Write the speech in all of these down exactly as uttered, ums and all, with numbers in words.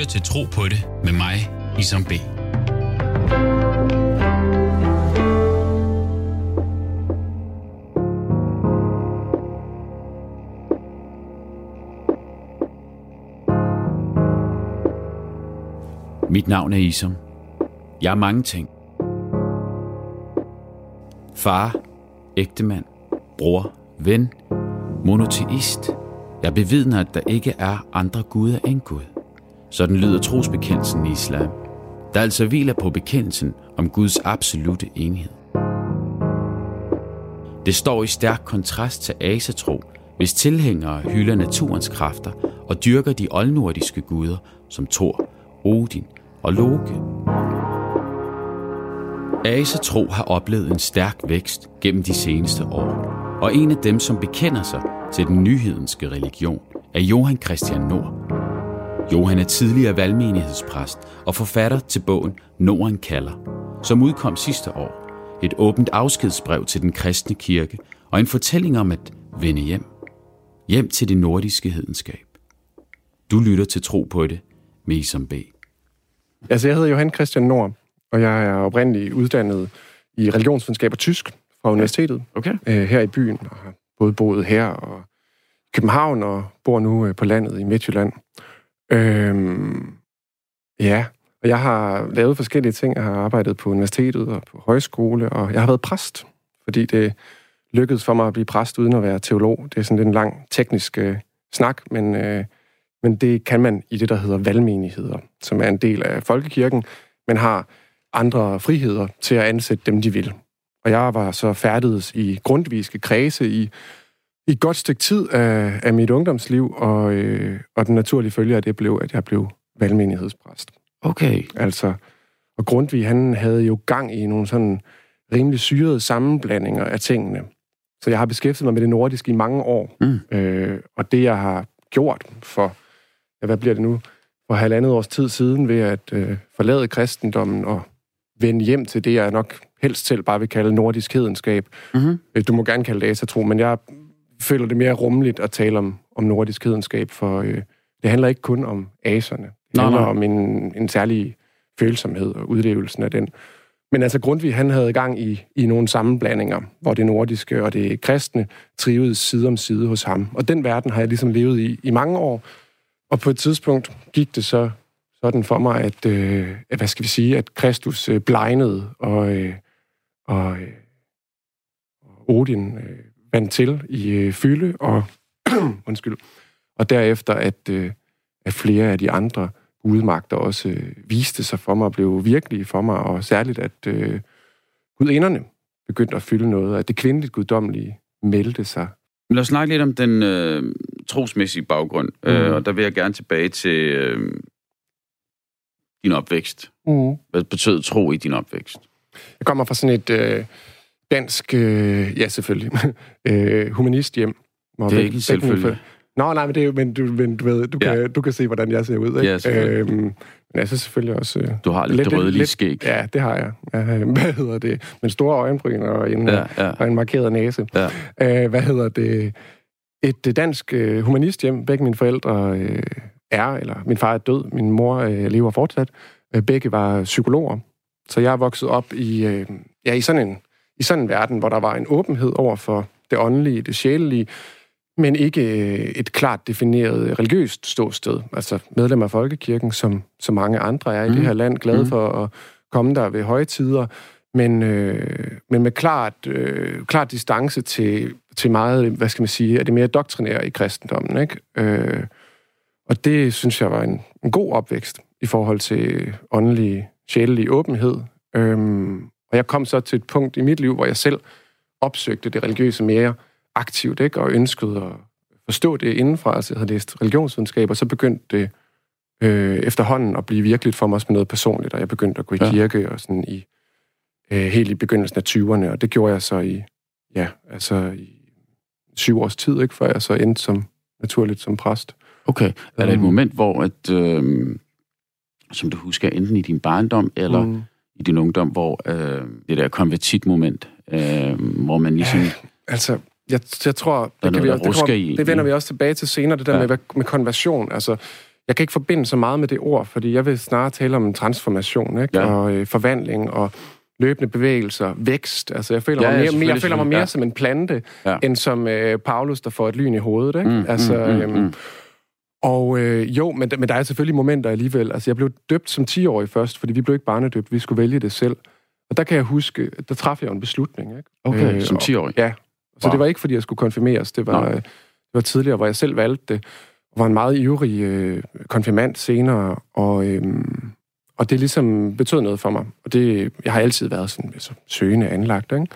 til Tro på det med mig, Isam B. Mit navn er Isam. Jeg er mange ting. Far, ægtemand, bror, ven, monoteist. Jeg bevidner, at der ikke er andre guder end Gud. Sådan lyder trosbekendelsen i islam, der altså hviler på bekendelsen om Guds absolute enhed. Det står i stærk kontrast til asatro, hvis tilhængere hylder naturens kræfter og dyrker de oldnordiske guder som Thor, Odin og Loke. Asatro har oplevet en stærk vækst gennem de seneste år, og en af dem, som bekender sig til den nyhedenske religion, er Johan Christian Nord. Johan er tidligere valgmenighedspræst og forfatter til bogen Norden kalder, som udkom sidste år. Et åbent afskedsbrev til den kristne kirke og en fortælling om at vende hjem. Hjem til det nordiske hedenskab. Du lytter til Tro på det med Isam B. Altså, jeg hedder Johan Christian Nord, og jeg er oprindeligt uddannet i religionsvidenskab og tysk fra universitetet Okay. øh, her i byen, og har både boet her og i København, og bor nu øh, på landet i Midtjylland. Øhm, ja, og jeg har lavet forskellige ting. Jeg har arbejdet på universitetet og på højskole, og jeg har været præst, fordi det lykkedes for mig at blive præst uden at være teolog. Det er sådan lidt en lang teknisk øh, snak, men, øh, men det kan man i det, der hedder valgmenigheder, som er en del af folkekirken, men har andre friheder til at ansætte dem, de vil. Og jeg var så færdiges i grundviske kredse i, i et godt stykke tid af, af mit ungdomsliv, og, øh, og den naturlige følge af det blev, at jeg blev valgmenighedspræst. Okay. Altså, og Grundtvig, han havde jo gang i nogle sådan rimelig syrede sammenblandinger af tingene. Så jeg har beskæftiget mig med det nordiske i mange år. Mm. Øh, og det, jeg har gjort for, ja, hvad bliver det nu, for halvandet års tid siden, ved at øh, forlade kristendommen og vende hjem til det, jeg nok helst selv bare vil kalde nordisk hedenskab. Mm-hmm. Du må gerne kalde det asatro, men jeg føler det mere rummeligt at tale om, om nordisk hedenskab, for øh, det handler ikke kun om aserne. Det Nå, handler nå. om en, en særlig følsomhed og udlevelsen af den. Men altså Grundtvig, han havde gang i, i nogle sammenblandinger, hvor det nordiske og det kristne trivedes side om side hos ham. Og den verden har jeg ligesom levet i i mange år. Og på et tidspunkt gik det så sådan for mig, at, øh, hvad skal vi sige, at Kristus øh, blegnede, og, øh, og øh, Odin øh, vandt til i øh, fylde, og undskyld, og derefter, at, øh, at flere af de andre gudmagter også øh, viste sig for mig og blev virkelige for mig, og særligt, at øh, gudinderne begyndte at fylde noget, at det kvindeligt guddommelige meldte sig. Lad os snakke lidt om den øh, trosmæssige baggrund, mm. øh, og der vil jeg gerne tilbage til øh, din opvækst. Mm. Hvad betød tro i din opvækst? Jeg kommer fra sådan et øh, dansk, øh, ja selvfølgelig, øh, humanisthjem. Det er ikke selvfølgelig. Nå, nej, men, det er, men, du, men du ved, du kan, ja. du kan se, hvordan jeg ser ud, ikke? Ja, selvfølgelig. Øhm, men altså selvfølgelig også... Øh, du har lidt, lidt rødlige skæg. Ja, det har jeg. Ja, hvad hedder det? Med store øjenbryn og en, ja, ja. og en markeret næse. Ja. Øh, hvad hedder det? Et dansk øh, humanisthjem. Begge mine forældre øh, er, eller min far er død, min mor øh, lever fortsat. Øh, begge var psykologer. Så jeg er vokset op i, øh, ja, i, sådan en, i sådan en verden, hvor der var en åbenhed over for det åndelige, det sjælelige, men ikke et klart defineret religiøst ståsted. Altså medlemmer af folkekirken, som så mange andre er i mm. det her land, glade mm. for at komme der ved højtider, men, øh, men med klart, øh, klart distance til, til meget, hvad skal man sige, er det mere doktrinære i kristendommen, ikke? Øh, og det synes jeg var en, en god opvækst i forhold til åndelig, sjælelig åbenhed. Øhm, og jeg kom så til et punkt i mit liv, hvor jeg selv opsøgte det religiøse mere aktivt, ikke? Og ønskede at forstå det indenfra. Altså, jeg havde læst religionsvidenskab, og så begyndte det øh, efterhånden at blive virkeligt for mig også med noget personligt, og jeg begyndte at gå i ja. kirke og sådan i øh, helt i begyndelsen af tyverne, og det gjorde jeg så i, ja, altså i syv års tid, ikke? Før jeg så endte som, naturligt som præst. Okay. Er der et moment, hvor at, øh, som du husker, enten i din barndom, eller mm. i din ungdom, hvor øh, det der konvertitmoment, øh, hvor man ligesom... Ja, altså, jeg, jeg tror, det, kan vi, det, kommer, det vender vi også tilbage til senere, det der ja. med, med konversion. Altså, jeg kan ikke forbinde så meget med det ord, fordi jeg vil snarere tale om en transformation, ikke? Ja. Og øh, forvandling og løbende bevægelser, vækst. Altså, jeg føler ja, mig mere, jeg føler mig mere ja. som en plante, ja. end som øh, Paulus, der får et lyn i hovedet, ikke? Mm, altså, mm, øhm, mm. Og øh, jo, men, men der er selvfølgelig momenter alligevel. Altså, jeg blev døbt som ti-årig først, fordi vi blev ikke barnedøbt, vi skulle vælge det selv. Og der kan jeg huske, der traf jeg en beslutning, ikke? Okay, øh, som ti-årig? Ja. Så wow. Det var ikke, fordi jeg skulle konfirmeres. Det var, det var tidligere, hvor jeg selv valgte det. Jeg var en meget ivrig øh, konfirmand senere, og, øh, og det ligesom betød noget for mig. Og det, jeg har altid været sådan altså, søgende anlagt, ikke?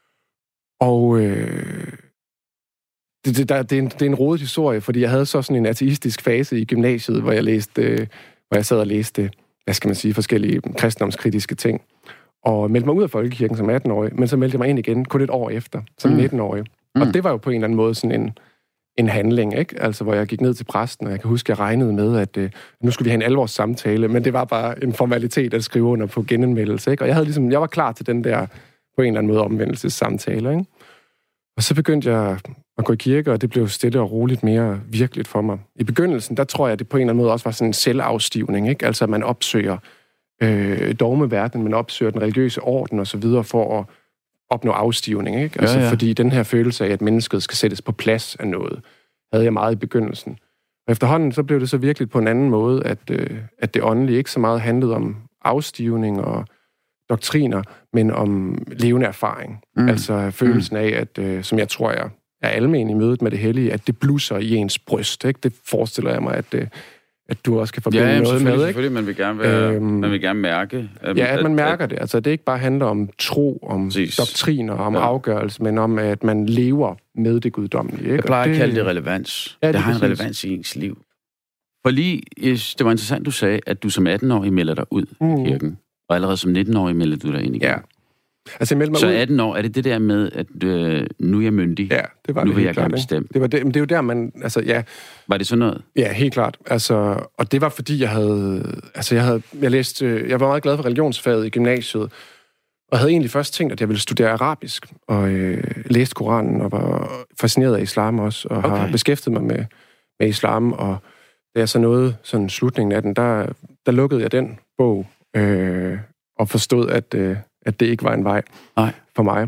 Og øh, det, det, der, det, er en, det er en rodet historie, fordi jeg havde så sådan en ateistisk fase i gymnasiet, hvor jeg læste, øh, hvor jeg sad og læste, hvad skal man sige, forskellige kristendomskritiske ting. Og meldte mig ud af folkekirken som atten-årig, men så meldte jeg mig ind igen kun et år efter, som mm. nitten-årig. Mm. Og det var jo på en eller anden måde sådan en, en handling, ikke? Altså, hvor jeg gik ned til præsten, og jeg kan huske, at jeg regnede med, at øh, nu skulle vi have en alvorssamtale, men det var bare en formalitet at skrive under på genanmeldelse, ikke? Og jeg, havde ligesom, jeg var klar til den der, på en eller anden måde, omvendelsessamtale, ikke? Og så begyndte jeg at gå i kirke, og det blev stille og roligt mere virkeligt for mig. I begyndelsen, der tror jeg, at det på en eller anden måde også var sådan en selvafstivning, ikke? Altså, at man opsøger øh, dogmeverdenen, man opsøger den religiøse orden og så videre for at opnå afstivning, ikke? Altså, ja, ja. Fordi den her følelse af, at mennesket skal sættes på plads af noget, havde jeg meget i begyndelsen. Og efterhånden, så blev det så virkelig på en anden måde, at, øh, at det åndelige ikke så meget handlede om afstivning og doktriner, men om levende erfaring. Mm. Altså følelsen af, at, øh, som jeg tror, jeg er almen i mødet med det hellige, at det blusser i ens bryst, ikke? Det forestiller jeg mig, at, øh, at du også kan forbinde ja, noget med, ikke? Selvfølgelig, man vil gerne, være, øhm, man vil gerne mærke. At, ja, at man mærker at, det. Altså, det ikke bare handler om tro, om præcis. doktriner, om ja. afgørelse, men om, at man lever med det guddommelige, ikke? Jeg plejer det, at kalde det relevans. Ja, det, det har præcis. en relevans i ens liv. For lige, det var interessant, du sagde, at du som atten-årig melder dig ud mm. i kirken, og allerede som nitten-årig melder du dig ind igen. Ja. Altså, jeg meldte mig så ud. atten år, er det det der med, at øh, nu er jeg myndig? Ja, det var nu det vil helt jeg klart, gerne bestemme. Det var det, men det er jo der, man, altså, ja. Var det sådan noget? Ja, helt klart. Altså, og det var fordi, jeg havde, altså, jeg havde, jeg læste, jeg var meget glad for religionsfaget i gymnasiet, og havde egentlig først tænkt, at jeg ville studere arabisk, og øh, læste Koranen, og var fascineret af islam også, og okay. har beskæftiget mig med, med islam, og da jeg så nåede sådan slutningen af den, der, der lukkede jeg den bog, øh, og forstod, at, øh, at det ikke var en vej Nej. for mig.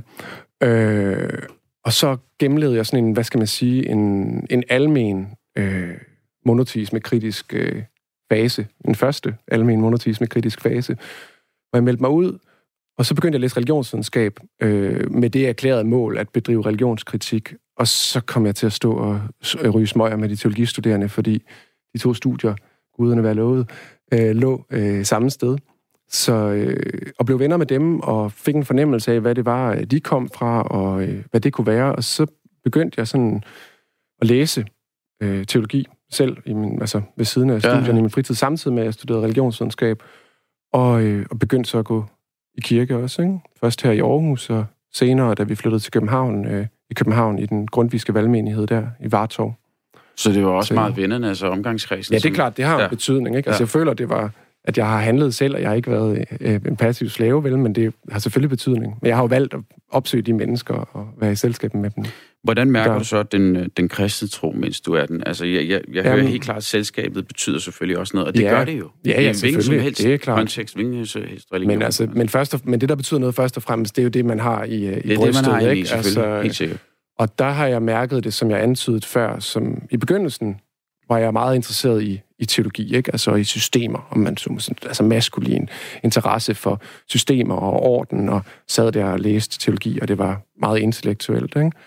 Øh, og så gennemlevede jeg sådan en, hvad skal man sige, en, en almen øh, monoteisme-kritisk øh, fase. En første almen monoteisme-kritisk fase, hvor jeg meldte mig ud, og så begyndte jeg at læse religionsvidenskab øh, med det erklærede mål at bedrive religionskritik, og så kom jeg til at stå og ryge smøger med de teologistuderende, fordi de to studier, guderne være lovet, øh, lå øh, samme sted. Så, øh, og blev venner med dem, og fik en fornemmelse af, hvad det var, de kom fra, og øh, hvad det kunne være. Og så begyndte jeg sådan at læse øh, teologi selv, i min, altså ved siden af studierne ja, ja. i min fritid, samtidig med, at jeg studerede religionsvidenskab, og, øh, og begyndte så at gå i kirke også, ikke? Først her i Aarhus, og senere, da vi flyttede til København, øh, i København, i den grundtvigske valgmenighed der, i Vartov. Så det var også så, meget vennerne, altså omgangskredsen? Ja, det er klart, det har ja. en betydning, ikke? Altså, ja. jeg føler, det var... at jeg har handlet selv, og jeg har ikke været øh, en passiv slave, vel, men det har selvfølgelig betydning. Men jeg har jo valgt at opsøge de mennesker og være i selskab med dem. Hvordan mærker der... du så den, den kristne tro, mens du er den? Altså, jeg, jeg, jeg hører helt klart, at selskabet betyder selvfølgelig også noget, og det ja, gør det jo. Ja, ja, selvfølgelig. Helst det er klart. Kontekst, hvilken som helst religion. Men, altså, men, først og, men det, der betyder noget først og fremmest, det er jo det, man har i, i det er brystet. Det, man har i, ikke? selvfølgelig. Altså, helt sikkert. Og der har jeg mærket det, som jeg antydede før, som i begyndelsen var jeg meget interesseret i, i teologi, ikke? Altså i systemer, om man så, altså maskulin interesse for systemer og orden, og sad der og læste teologi, og det var meget intellektuelt, ikke?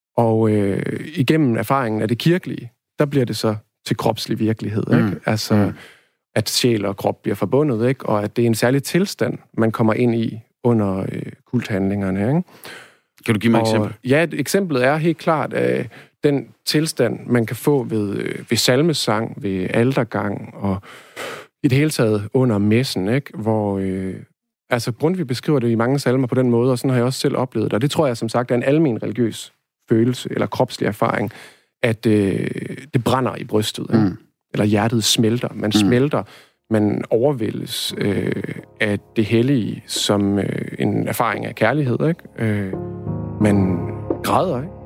Og øh, igennem erfaringen af det kirkelige, der bliver det så til kropslig virkelighed, ikke? Mm. Altså, mm. at sjæl og krop bliver forbundet, ikke? Og at det er en særlig tilstand, man kommer ind i under øh, kulthandlingerne, ikke? Kan du give mig et eksempel? Ja, et eksempel er helt klart øh, den tilstand, man kan få ved, øh, ved salmesang, ved altergang, og i det hele taget under messen, ikke? Hvor... Øh, altså, Grundtvig beskriver det i mange salmer på den måde, og sådan har jeg også selv oplevet det. Og det tror jeg, som sagt, er en almen religiøs følelse, eller kropslig erfaring, at øh, det brænder i brystet, ikke? Mm. Eller hjertet smelter. Man mm. smelter, man overvældes øh, af det hellige som øh, en erfaring af kærlighed, ikke? Øh, man græder, ikke?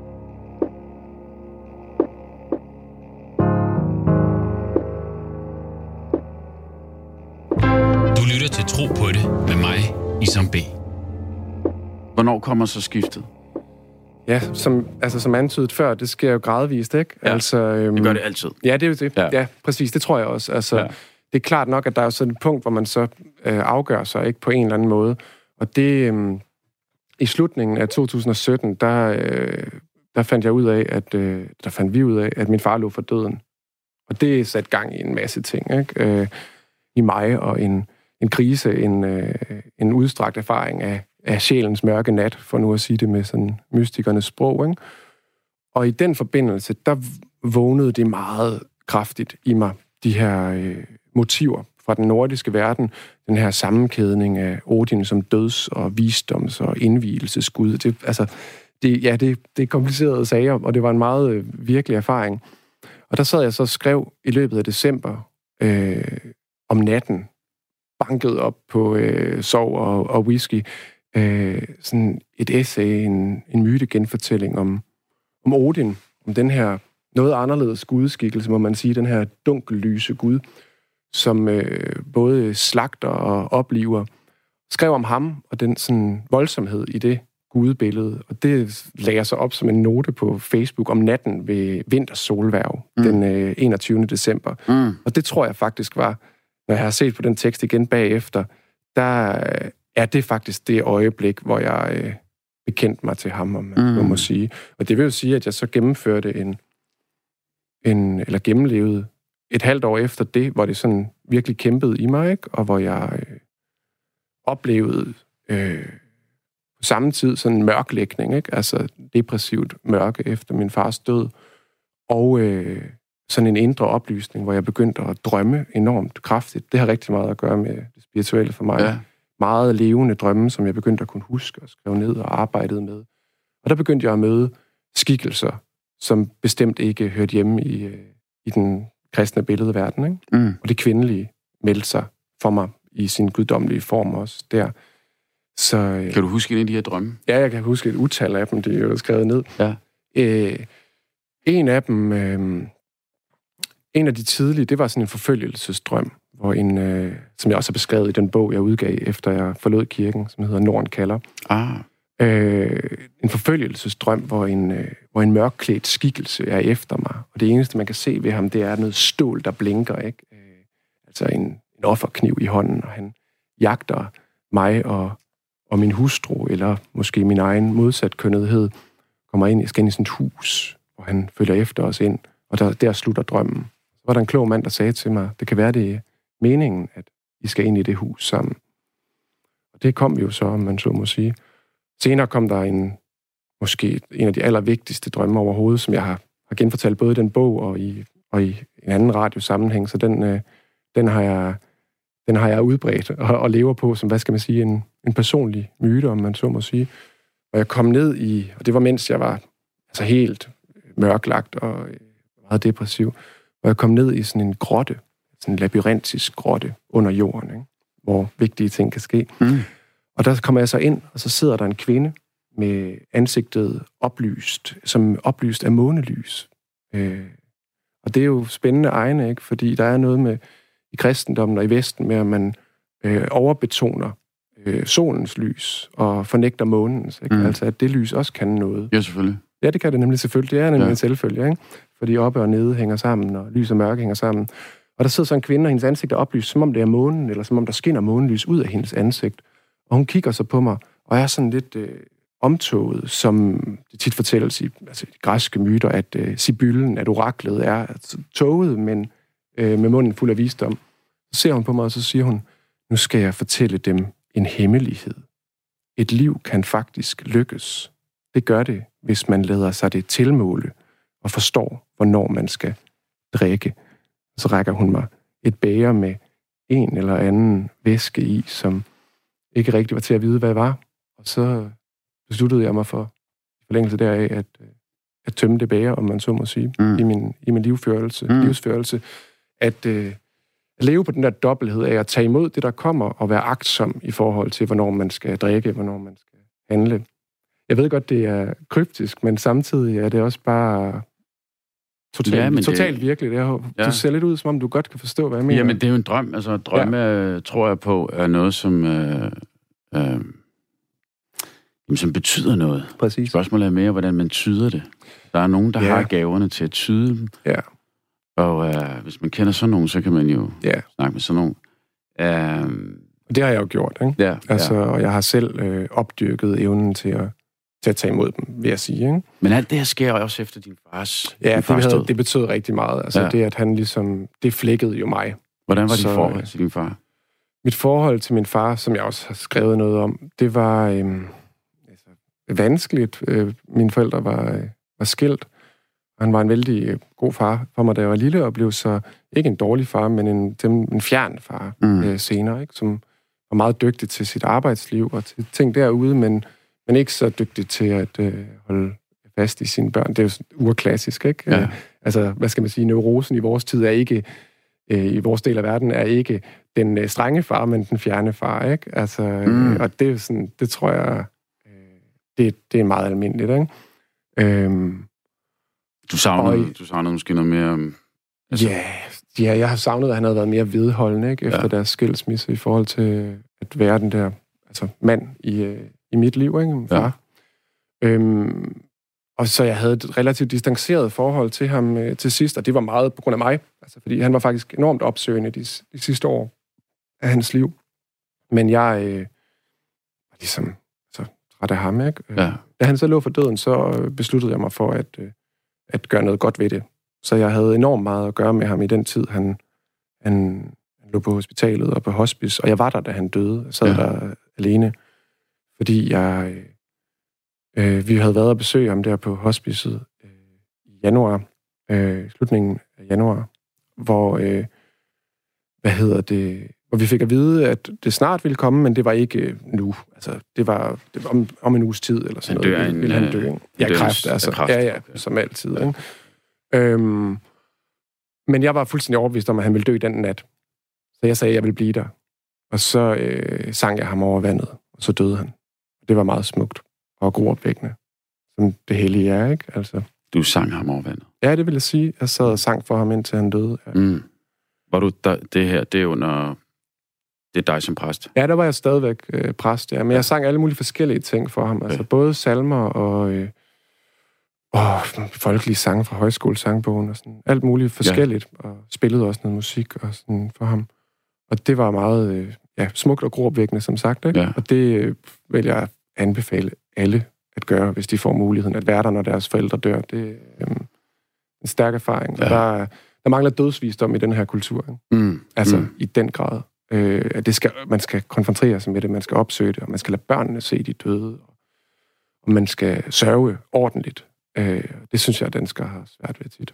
lytter til Tro på det med mig, Isam B. Hvornår kommer så skiftet? Ja, som, altså, som antydet før, det sker jo gradvist, ikke? Ja, altså, øhm, det gør det altid. Ja, det er jo det. Ja. ja, præcis. Det tror jeg også. Altså, ja. Det er klart nok, at der er sådan et punkt, hvor man så øh, afgør sig ikke på en eller anden måde. Og det... Øh, i slutningen af to tusind og sytten, der, øh, der fandt jeg ud af, at øh, der fandt vi ud af, at min far lå for døden. Og det satte gang i en masse ting, ikke? Øh, i mig, og en, en krise, en, øh, en udstrakt erfaring af, af sjælens mørke nat, for nu at sige det med sådan mystikernes sprog, ikke? Og i den forbindelse, der vågnede det meget kraftigt i mig, de her øh, motiver fra den nordiske verden, den her sammenkædning af Odin som døds- og visdoms- og indvielsesgud. Det, altså, det, ja, det, det er komplicerede sager, og det var en meget øh, virkelig erfaring. Og der sad jeg så og skrev i løbet af december øh, om natten, banket op på øh, sov og, og whisky, øh, sådan et essay, en, en mytegenfortælling om, om Odin, om den her noget anderledes gudskikkelse, må man sige, den her dunkellyse gud, som øh, både slagter og opliver, skrev om ham og den sådan voldsomhed i det gudebillede. Og det lagde jeg så op som en note på Facebook om natten ved vintersolværv, mm. den øh, enogtyvende december. Mm. Og det tror jeg faktisk var, når jeg har set på den tekst igen bagefter, der øh, er det faktisk det øjeblik, hvor jeg øh, bekendte mig til ham, om man mm. må sige. Og det vil jo sige, at jeg så gennemførte en, en eller gennemlevede et halvt år efter det, hvor det sådan virkelig kæmpede i mig, ikke? Og hvor jeg øh, oplevede øh, på samme tid sådan en mørklægning, ikke? Altså depressivt mørke efter min fars død, og øh, sådan en indre oplysning, hvor jeg begyndte at drømme enormt kraftigt. Det har rigtig meget at gøre med det spirituelle for mig. Ja. Meget levende drømme, som jeg begyndte at kunne huske og skrive ned og arbejdede med. Og der begyndte jeg at møde skikkelser, som bestemt ikke hørte hjemme i, øh, i den kristne billedverden, ikke? Mm. Og det kvindelige meldte sig for mig i sin guddommelige form også der. Så, øh, kan du huske en af de her drømme? Ja, jeg kan huske et utal af dem, de er jo skrevet ned. Ja. Øh, en af dem, øh, en af de tidlige, det var sådan en forfølgelsesdrøm, hvor en, øh, som jeg også har beskrevet i den bog, jeg udgav, efter jeg forlod kirken, som hedder Norden kalder. Ah. Øh, en forfølgelsesdrøm, hvor en, øh, hvor en mørkklædt skikkelse er efter mig. Og det eneste, man kan se ved ham, det er noget stål, der blinker, ikke? Øh, altså en, en offerkniv i hånden, og han jagter mig og, og min hustru, eller måske min egen modsatkønnethed, kommer ind, skal ind i sådan et hus, hvor han følger efter os ind, og der, der slutter drømmen. Så var der en klog mand, der sagde til mig, det kan være, det er meningen, at I skal ind i det hus sammen. Og det kom vi jo så, om man så må sige. Senere kom der en, måske en af de allervigtigste drømme overhovedet, som jeg har, har genfortalt både i den bog og i, og i en anden radiosammenhæng, så den, øh, den, har jeg, den har jeg udbredt og, og lever på som, hvad skal man sige, en, en personlig myte, om man så må sige. Og jeg kom ned i, og det var mens jeg var altså helt mørklagt og meget depressiv, og jeg kom ned i sådan en grotte, sådan en labyrintisk grotte under jorden, ikke? Hvor vigtige ting kan ske. Mm. Og der kommer jeg så ind, og så sidder der en kvinde med ansigtet oplyst, som oplyst af månelys. Øh, og det er jo spændende egne, ikke? Fordi der er noget med i kristendommen og i Vesten med, at man øh, overbetoner øh, solens lys og fornægter månens. Ikke? Mm. Altså, at det lys også kan noget. Ja, selvfølgelig. Ja, det kan det nemlig selvfølgelig. Det er nemlig ja. en selvfølge, ikke? Fordi oppe og nede hænger sammen, og lys og mørke hænger sammen. Og der sidder så en kvinde, og hendes ansigt er oplyst, som om det er månen, eller som om der skinner månelys ud af hendes ansigt. Og hun kigger så på mig, og er sådan lidt øh, omtoget, som det tit fortælles i altså, de græske myter, at øh, Sibyllen, at oraklet er altså, toget, men øh, med munden fuld af visdom. Så ser hun på mig, og så siger hun, nu skal jeg fortælle dem en hemmelighed. Et liv kan faktisk lykkes. Det gør det, hvis man lader sig det tilmåle og forstår, hvornår man skal drikke. Så rækker hun mig et bæger med en eller anden væske i, som ikke rigtig var til at vide, hvad det var. Og så besluttede jeg mig for, i forlængelse deraf, at, at tømme det bæger, om man så må sige, mm. i min, i min livsførelse, mm. livsførelse. At, øh, at leve på den der dobbelthed af at tage imod det, der kommer, og være agtsom i forhold til, hvornår man skal drikke, hvornår man skal handle. Jeg ved godt, det er kryptisk, men samtidig er det også bare totalt, ja, men totalt det... virkelig. Det er, ja. Du ser lidt ud, som om du godt kan forstå, hvad jeg mener. Jamen, det er jo en drøm. Altså, drømme, ja. tror jeg på, er noget, som, øh, øh, som betyder noget. Præcis. Spørgsmålet er mere, hvordan man tyder det. Der er nogen, der ja. har gaverne til at tyde dem. Ja. Og øh, hvis man kender sådan nogen, så kan man jo ja. snakke med sådan nogen. Øh, det har jeg jo gjort, ikke? Ja, altså, ja. Og jeg har selv øh, opdyrket evnen til at, til at tage imod dem, vil jeg sige, ikke? Men alt det her sker også efter din fars Ja, din fars det, havde, det betød rigtig meget. Altså, ja. det, at han ligesom... Det flækkede jo mig. Hvordan var dit forhold til din far? Mit forhold til min far, som jeg også har skrevet noget om, det var øh, altså, vanskeligt. Øh, mine forældre var, øh, var skilt. Han var en vældig øh, god far for mig, da jeg var lille, og blev så ikke en dårlig far, men en, en fjern far mm. øh, senere, ikke? Som var meget dygtig til sit arbejdsliv og til ting derude, men, men ikke så dygtig til at øh, holde fast i sine børn. Det er jo urklassisk, ikke? Ja. Øh, altså, hvad skal man sige, neurosen i vores tid er ikke, øh, i vores del af verden, er ikke den øh, strenge far, men den fjerne far, ikke? Altså, mm. øh, og det er sådan, det tror jeg, øh, det, det er meget almindeligt, ikke? Øh, Du savnede, og, du savnede måske noget mere... Altså... Ja, ja, jeg har savnet, at han havde været mere vedholdende, ikke? Efter ja. deres skilsmisse, i forhold til at være den der altså, mand i, øh, i mit liv, ikke? Min far. Ja. Øhm, og så jeg havde et relativt distanceret forhold til ham øh, til sidst, og det var meget på grund af mig. Altså, fordi han var faktisk enormt opsøgende de, de sidste år af hans liv. Men jeg øh, var ligesom så træt af ham, ikke? Ja. Da han så lå for døden, så besluttede jeg mig for at... Øh, at gøre noget godt ved det. Så jeg havde enormt meget at gøre med ham i den tid, han, han, han lå på hospitalet og på hospice, og jeg var der, da han døde. Jeg sad ja. der alene, fordi jeg, øh, vi havde været og besøge ham der på hospicet øh, i januar, øh, slutningen af januar, hvor, øh, hvad hedder det, hvor vi fik at vide, at det snart ville komme, men det var ikke nu. Altså, det var, det var om, om en uges tid, eller sådan noget. En, ville han dø, ikke? Ja, kræft, altså. Kræft. Ja, ja, som altid, ikke? Øhm, men jeg var fuldstændig overbevist om, at han ville dø den nat. Så jeg sagde, at jeg ville blive der. Og så øh, sang jeg ham over vandet, og så døde han. Det var meget smukt og gruopvækkende, som det hellige er, ikke? Altså. Du sang ham over vandet? Ja, det vil jeg sige. Jeg sad og sang for ham, indtil han døde. Ja. Mm. Var du der, det her, det er under... Det er dig som præst? Ja, der var jeg stadigvæk øh, præst, ja. Men jeg sang alle mulige forskellige ting for ham. Okay. Altså både salmer og, øh, og folkelige sange fra højskolesangbogen og sådan. Alt muligt forskelligt. Ja. Og spillede også noget musik og sådan for ham. Og det var meget øh, ja, smukt og gruopvækkende, som sagt. Ikke? Ja. Og det øh, vil jeg anbefale alle at gøre, hvis de får muligheden. At være der, når deres forældre dør. Det er øh, en stærk erfaring. Ja. Der, der mangler dødsvisdom i den her kultur. Mm. Altså mm. i den grad. Øh, at det skal, man skal konfrontere sig med det, man skal opsøge det, og man skal lade børnene se de døde, og man skal sørge ordentligt. Øh, det synes jeg, at danskere har svært ved tit.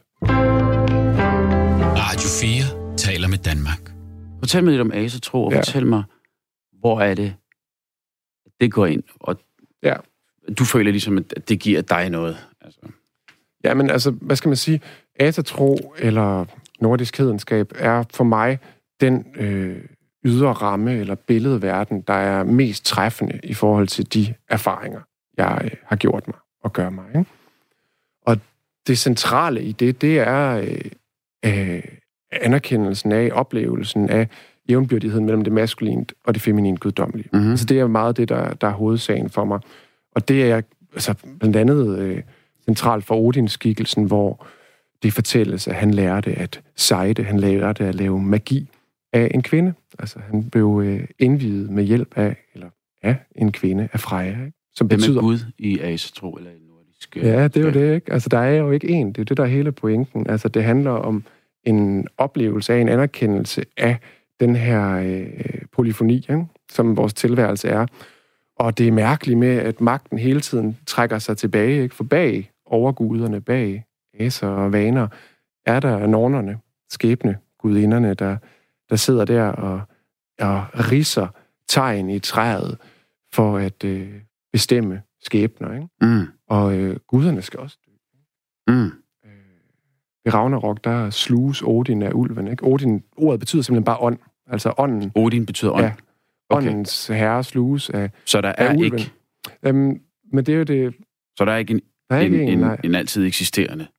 Radio fire taler med Danmark. Fortæl mig lidt om asetro, og ja. fortæl mig, hvor er det, det går ind, og ja. du føler ligesom, at det giver dig noget. Altså. Ja, men altså, hvad skal man sige? Asetro eller nordisk hedenskab er for mig den øh, ydre ramme eller billedverden, der er mest træffende i forhold til de erfaringer, jeg øh, har gjort mig og gør mig. Ikke? Og det centrale i det, det er øh, øh, anerkendelsen af, oplevelsen af jævnbyrdigheden mellem det maskuline og det feminine guddommelige. Mm-hmm. Altså det er meget det, der, der er hovedsagen for mig. Og det er altså, blandt andet øh, centralt for Odin-skikkelsen, hvor det fortælles, at han lærte at sejde, han lærte at lave magi af en kvinde. Altså, han blev øh, indviet med hjælp af, eller af en kvinde af Freja, ikke? Som Hvem betyder... er Gud i asetro eller i nordisk? Øh, ja, det er jo det, ikke? Altså, der er jo ikke én. Det er det, der er hele pointen. Altså, det handler om en oplevelse af, en anerkendelse af den her øh, polyfoni, ikke? Som vores tilværelse er. Og det er mærkeligt med, at magten hele tiden trækker sig tilbage, ikke? For bag overguderne, bag aser og vaner, er der nornerne, skæbne, gudinderne, der der sidder der og, og ridser tegn i træet for at øh, bestemme skæbner, ikke? Mm. Og øh, guderne skal også dø. Mm. Øh, ved Ragnarok, der sluges Odin af ulven, ikke? Odin, ordet betyder simpelthen bare ånd. Altså ånden. Odin betyder ånd? Ja. Okay. Åndens herre sluges af Så der er ulven. ikke... Øhm, men det er jo det... Så der er ikke en, der er ikke en, en, en, en altid eksisterende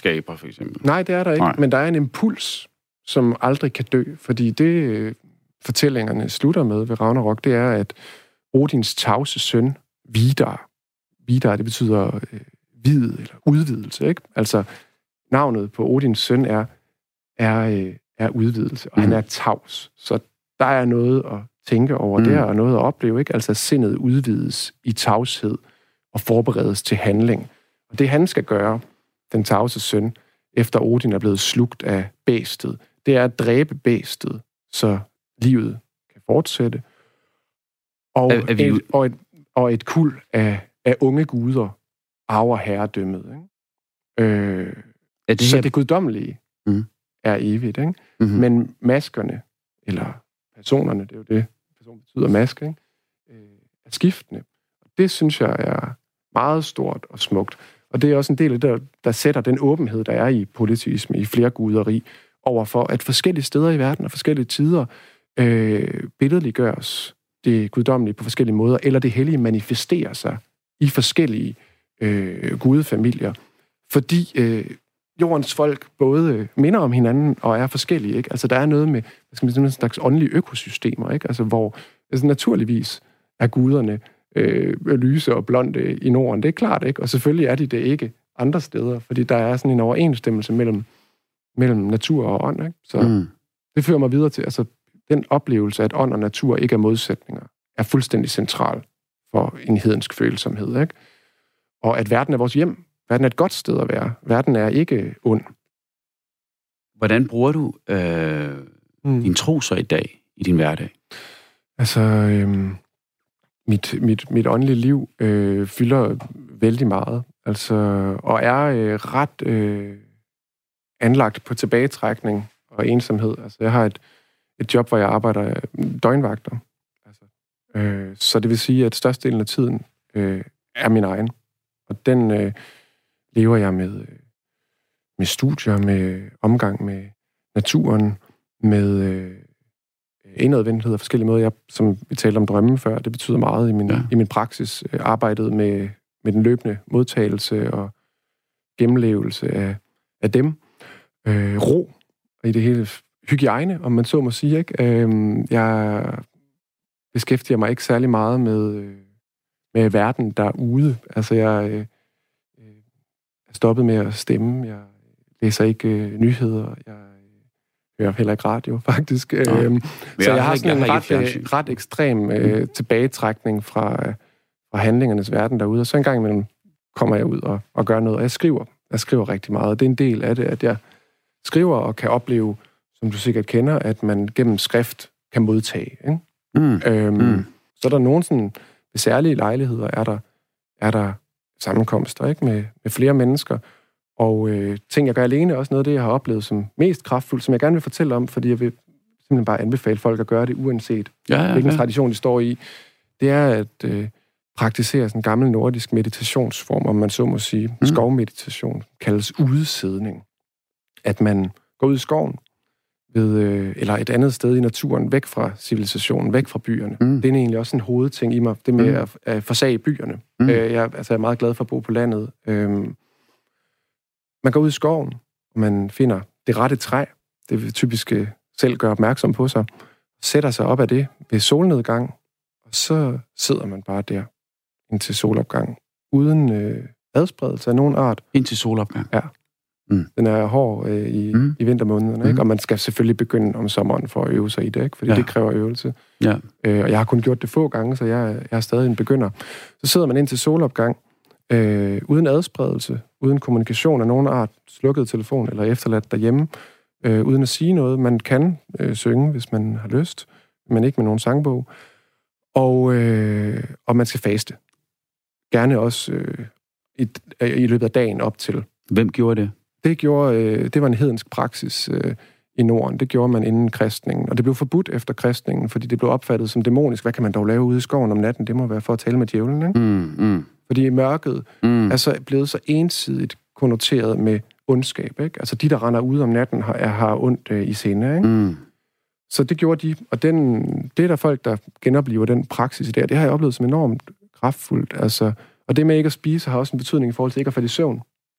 skaber, for eksempel. Nej, det er der ikke, Nej. men der er en impuls, som aldrig kan dø, fordi det, fortællingerne slutter med ved Ragnarok, det er, at Odins tavse søn, Vidar, Vidar, det betyder øh, vid eller udvidelse, ikke? Altså, navnet på Odins søn er, er, øh, er udvidelse, og mm. han er tavs. Så der er noget at tænke over mm. der, og noget at opleve, ikke? Altså, sindet udvides i tavshed og forberedes til handling. Og det, han skal gøre, den tavse søn, efter Odin er blevet slugt af bæstet, det er at dræbe bæstet, så livet kan fortsætte. Og, er, er vi... et, og, et, og et kuld af, af unge guder arver herredømmet. Ikke? Øh, er det så her... det guddommelige mm. er evigt. Ikke? Mm-hmm. Men maskerne, eller personerne, det er jo det, person betyder maske, ikke? Øh, er skiftende. Og det synes jeg er meget stort og smukt. Og det er også en del af det, der, der sætter den åbenhed, der er i politisme, i flerguderi, overfor at forskellige steder i verden og forskellige tider øh, billedliggøres det guddommelige på forskellige måder, eller det hellige manifesterer sig i forskellige øh, gudefamilier. Fordi øh, jordens folk både minder om hinanden og er forskellige. Ikke? Altså der er noget med, hvad skal man sige, en slags åndelige økosystemer, ikke? Altså, hvor altså, naturligvis er guderne øh, lyse og blonde i Norden. Det er klart, ikke? Og selvfølgelig er de det ikke andre steder, fordi der er sådan en overensstemmelse mellem, mellem natur og ånd. Ikke? Så mm. det fører mig videre til, altså den oplevelse, at ånd og natur ikke er modsætninger, er fuldstændig central for en hedensk følsomhed. Ikke? Og at verden er vores hjem. Verden er et godt sted at være. Verden er ikke ond. Hvordan bruger du øh, mm. din tro så i dag, i din hverdag? Altså, øh, mit, mit, mit åndelige liv øh, fylder vældig meget. Altså, og er øh, ret øh, anlagt på tilbagetrækning og ensomhed. Altså, jeg har et, et job, hvor jeg arbejder døgnvagter. Altså, øh, så det vil sige, at størstedelen af tiden øh, er min egen. Og den øh, lever jeg med, øh, med studier, med omgang med naturen, med øh, indadvendthed og forskellige måder. Jeg, som vi talte om drømme før, det betyder meget i min, ja. i min praksis. Øh, arbejdet med, med den løbende modtagelse og gennemlevelse af, af dem. Øh, ro i det hele hygiejne, om man så må sige. Ikke? Øh, jeg beskæftiger mig ikke særlig meget med, øh, med verden derude. Altså, jeg øh, er stoppet med at stemme. Jeg læser ikke øh, nyheder. Jeg hører heller ikke radio, faktisk. Øh, så jeg har sådan en ret, ret ekstrem øh, tilbagetrækning fra, øh, fra handlingernes verden derude. Og så en gang imellem kommer jeg ud og, og gør noget. Og jeg skriver. Jeg skriver rigtig meget. Det er en del af det, at jeg skriver og kan opleve, som du sikkert kender, at man gennem skrift kan modtage. Ikke? Mm. Øhm, mm. Så er der nogle sådan, ved særlige lejligheder, er der, er der sammenkomster, ikke? Med, med flere mennesker. Og øh, ting, jeg gør alene, også noget af det, jeg har oplevet som mest kraftfuldt, som jeg gerne vil fortælle om, fordi jeg vil simpelthen bare anbefale folk at gøre det, uanset ja, ja, hvilken ja. tradition de står i. Det er at øh, praktisere sådan en gammel nordisk meditationsform, om man så må sige. Mm. Skovmeditation kaldes udesidning. At man går ud i skoven, ved, øh, eller et andet sted i naturen, væk fra civilisationen, væk fra byerne. Mm. Det er egentlig også en hovedting i mig, det med mm. at, at forsage byerne. Mm. Øh, jeg, altså, jeg er meget glad for at bo på landet. Øh, man går ud i skoven, og man finder det rette træ, det vil typisk selv gøre opmærksom på sig, sætter sig op af det ved solnedgang, og så sidder man bare der indtil solopgang, uden øh, adspredelse af nogen art. Indtil solopgang? Ja. Mm. Den er hård øh, i, mm. i vintermånederne, ikke? Og man skal selvfølgelig begynde om sommeren for at øve sig i det, ikke? Fordi ja. det kræver øvelse. Ja. Øh, og jeg har kun gjort det få gange, så jeg, jeg er stadig en begynder. Så sidder man indtil solopgang, øh, uden adspredelse, uden kommunikation af nogen art, slukket telefon eller efterladt derhjemme, øh, uden at sige noget. Man kan øh, synge, hvis man har lyst, men ikke med nogen sangbog. Og, øh, og man skal faste. Gerne også øh, i, i løbet af dagen op til. Hvem gjorde det? Det gjorde, øh, det var en hedensk praksis øh, i Norden. Det gjorde man inden kristningen. Og det blev forbudt efter kristningen, fordi det blev opfattet som dæmonisk. Hvad kan man dog lave ude i skoven om natten? Det må være for at tale med djævlen, ikke? Mm, mm. Fordi mørket mm. er så blevet så ensidigt konnoteret med ondskab, ikke? Altså de, der render ude om natten, har, har ondt øh, i sinde, ikke? Mm. Så det gjorde de. Og den, det er der folk, der genoplever den praksis der. Det har jeg oplevet som enormt kraftfuldt. Altså, og det med ikke at spise har også en betydning i forhold til ikke at falde i søvn.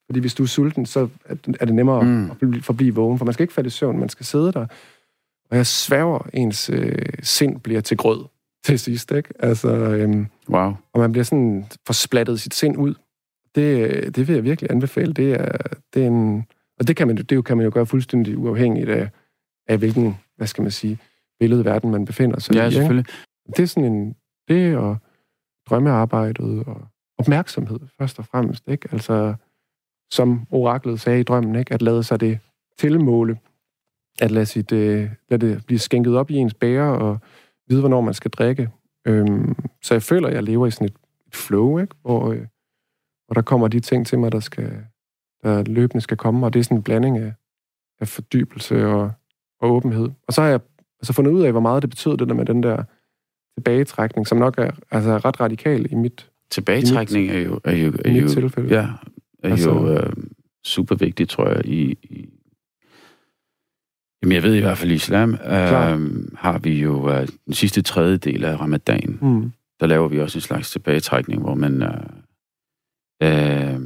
Fordi hvis du er sulten, så er det nemmere mm. at blive, forblive vågen, for man skal ikke falde i søvn, man skal sidde der. Og jeg sværger, ens øh, sind bliver til grød til sidst, ikke? Altså, øhm, wow. Og man bliver sådan forsplattet sit sind ud. Det, det vil jeg virkelig anbefale. Det er, det er en, og det kan man, det kan man jo gøre fuldstændig uafhængigt af, af hvilken, hvad skal man sige, billedverden man befinder sig ja, i. Selvfølgelig. Det er sådan en, det og drømmearbejdet og opmærksomhed, først og fremmest, ikke? Altså, som oraklet sagde i drømmen, ikke? At lade sig det tilmåle, at lade, sit, øh, lade det blive skænket op i ens bære og vide, hvornår man skal drikke. Øhm, så jeg føler, at jeg lever i sådan et, et flow, ikke? Hvor, øh, hvor der kommer de ting til mig, der, skal, der løbende skal komme, og det er sådan en blanding af, af fordybelse og, og åbenhed. Og så har jeg altså fundet ud af, hvor meget det betyder, det der med den der tilbagetrækning, som nok er altså, ret radikal i mit Tilbagetrækning i mit, er jo... Er jo, er i jo mit tilfælde. Ja, er altså, jo øh, super vigtigt, tror jeg, i... i Jamen, jeg ved i hvert fald, i islam øh, har vi jo øh, den sidste tredjedel af ramadan. Mm. Der laver vi også en slags tilbagetrækning, hvor man øh, øh,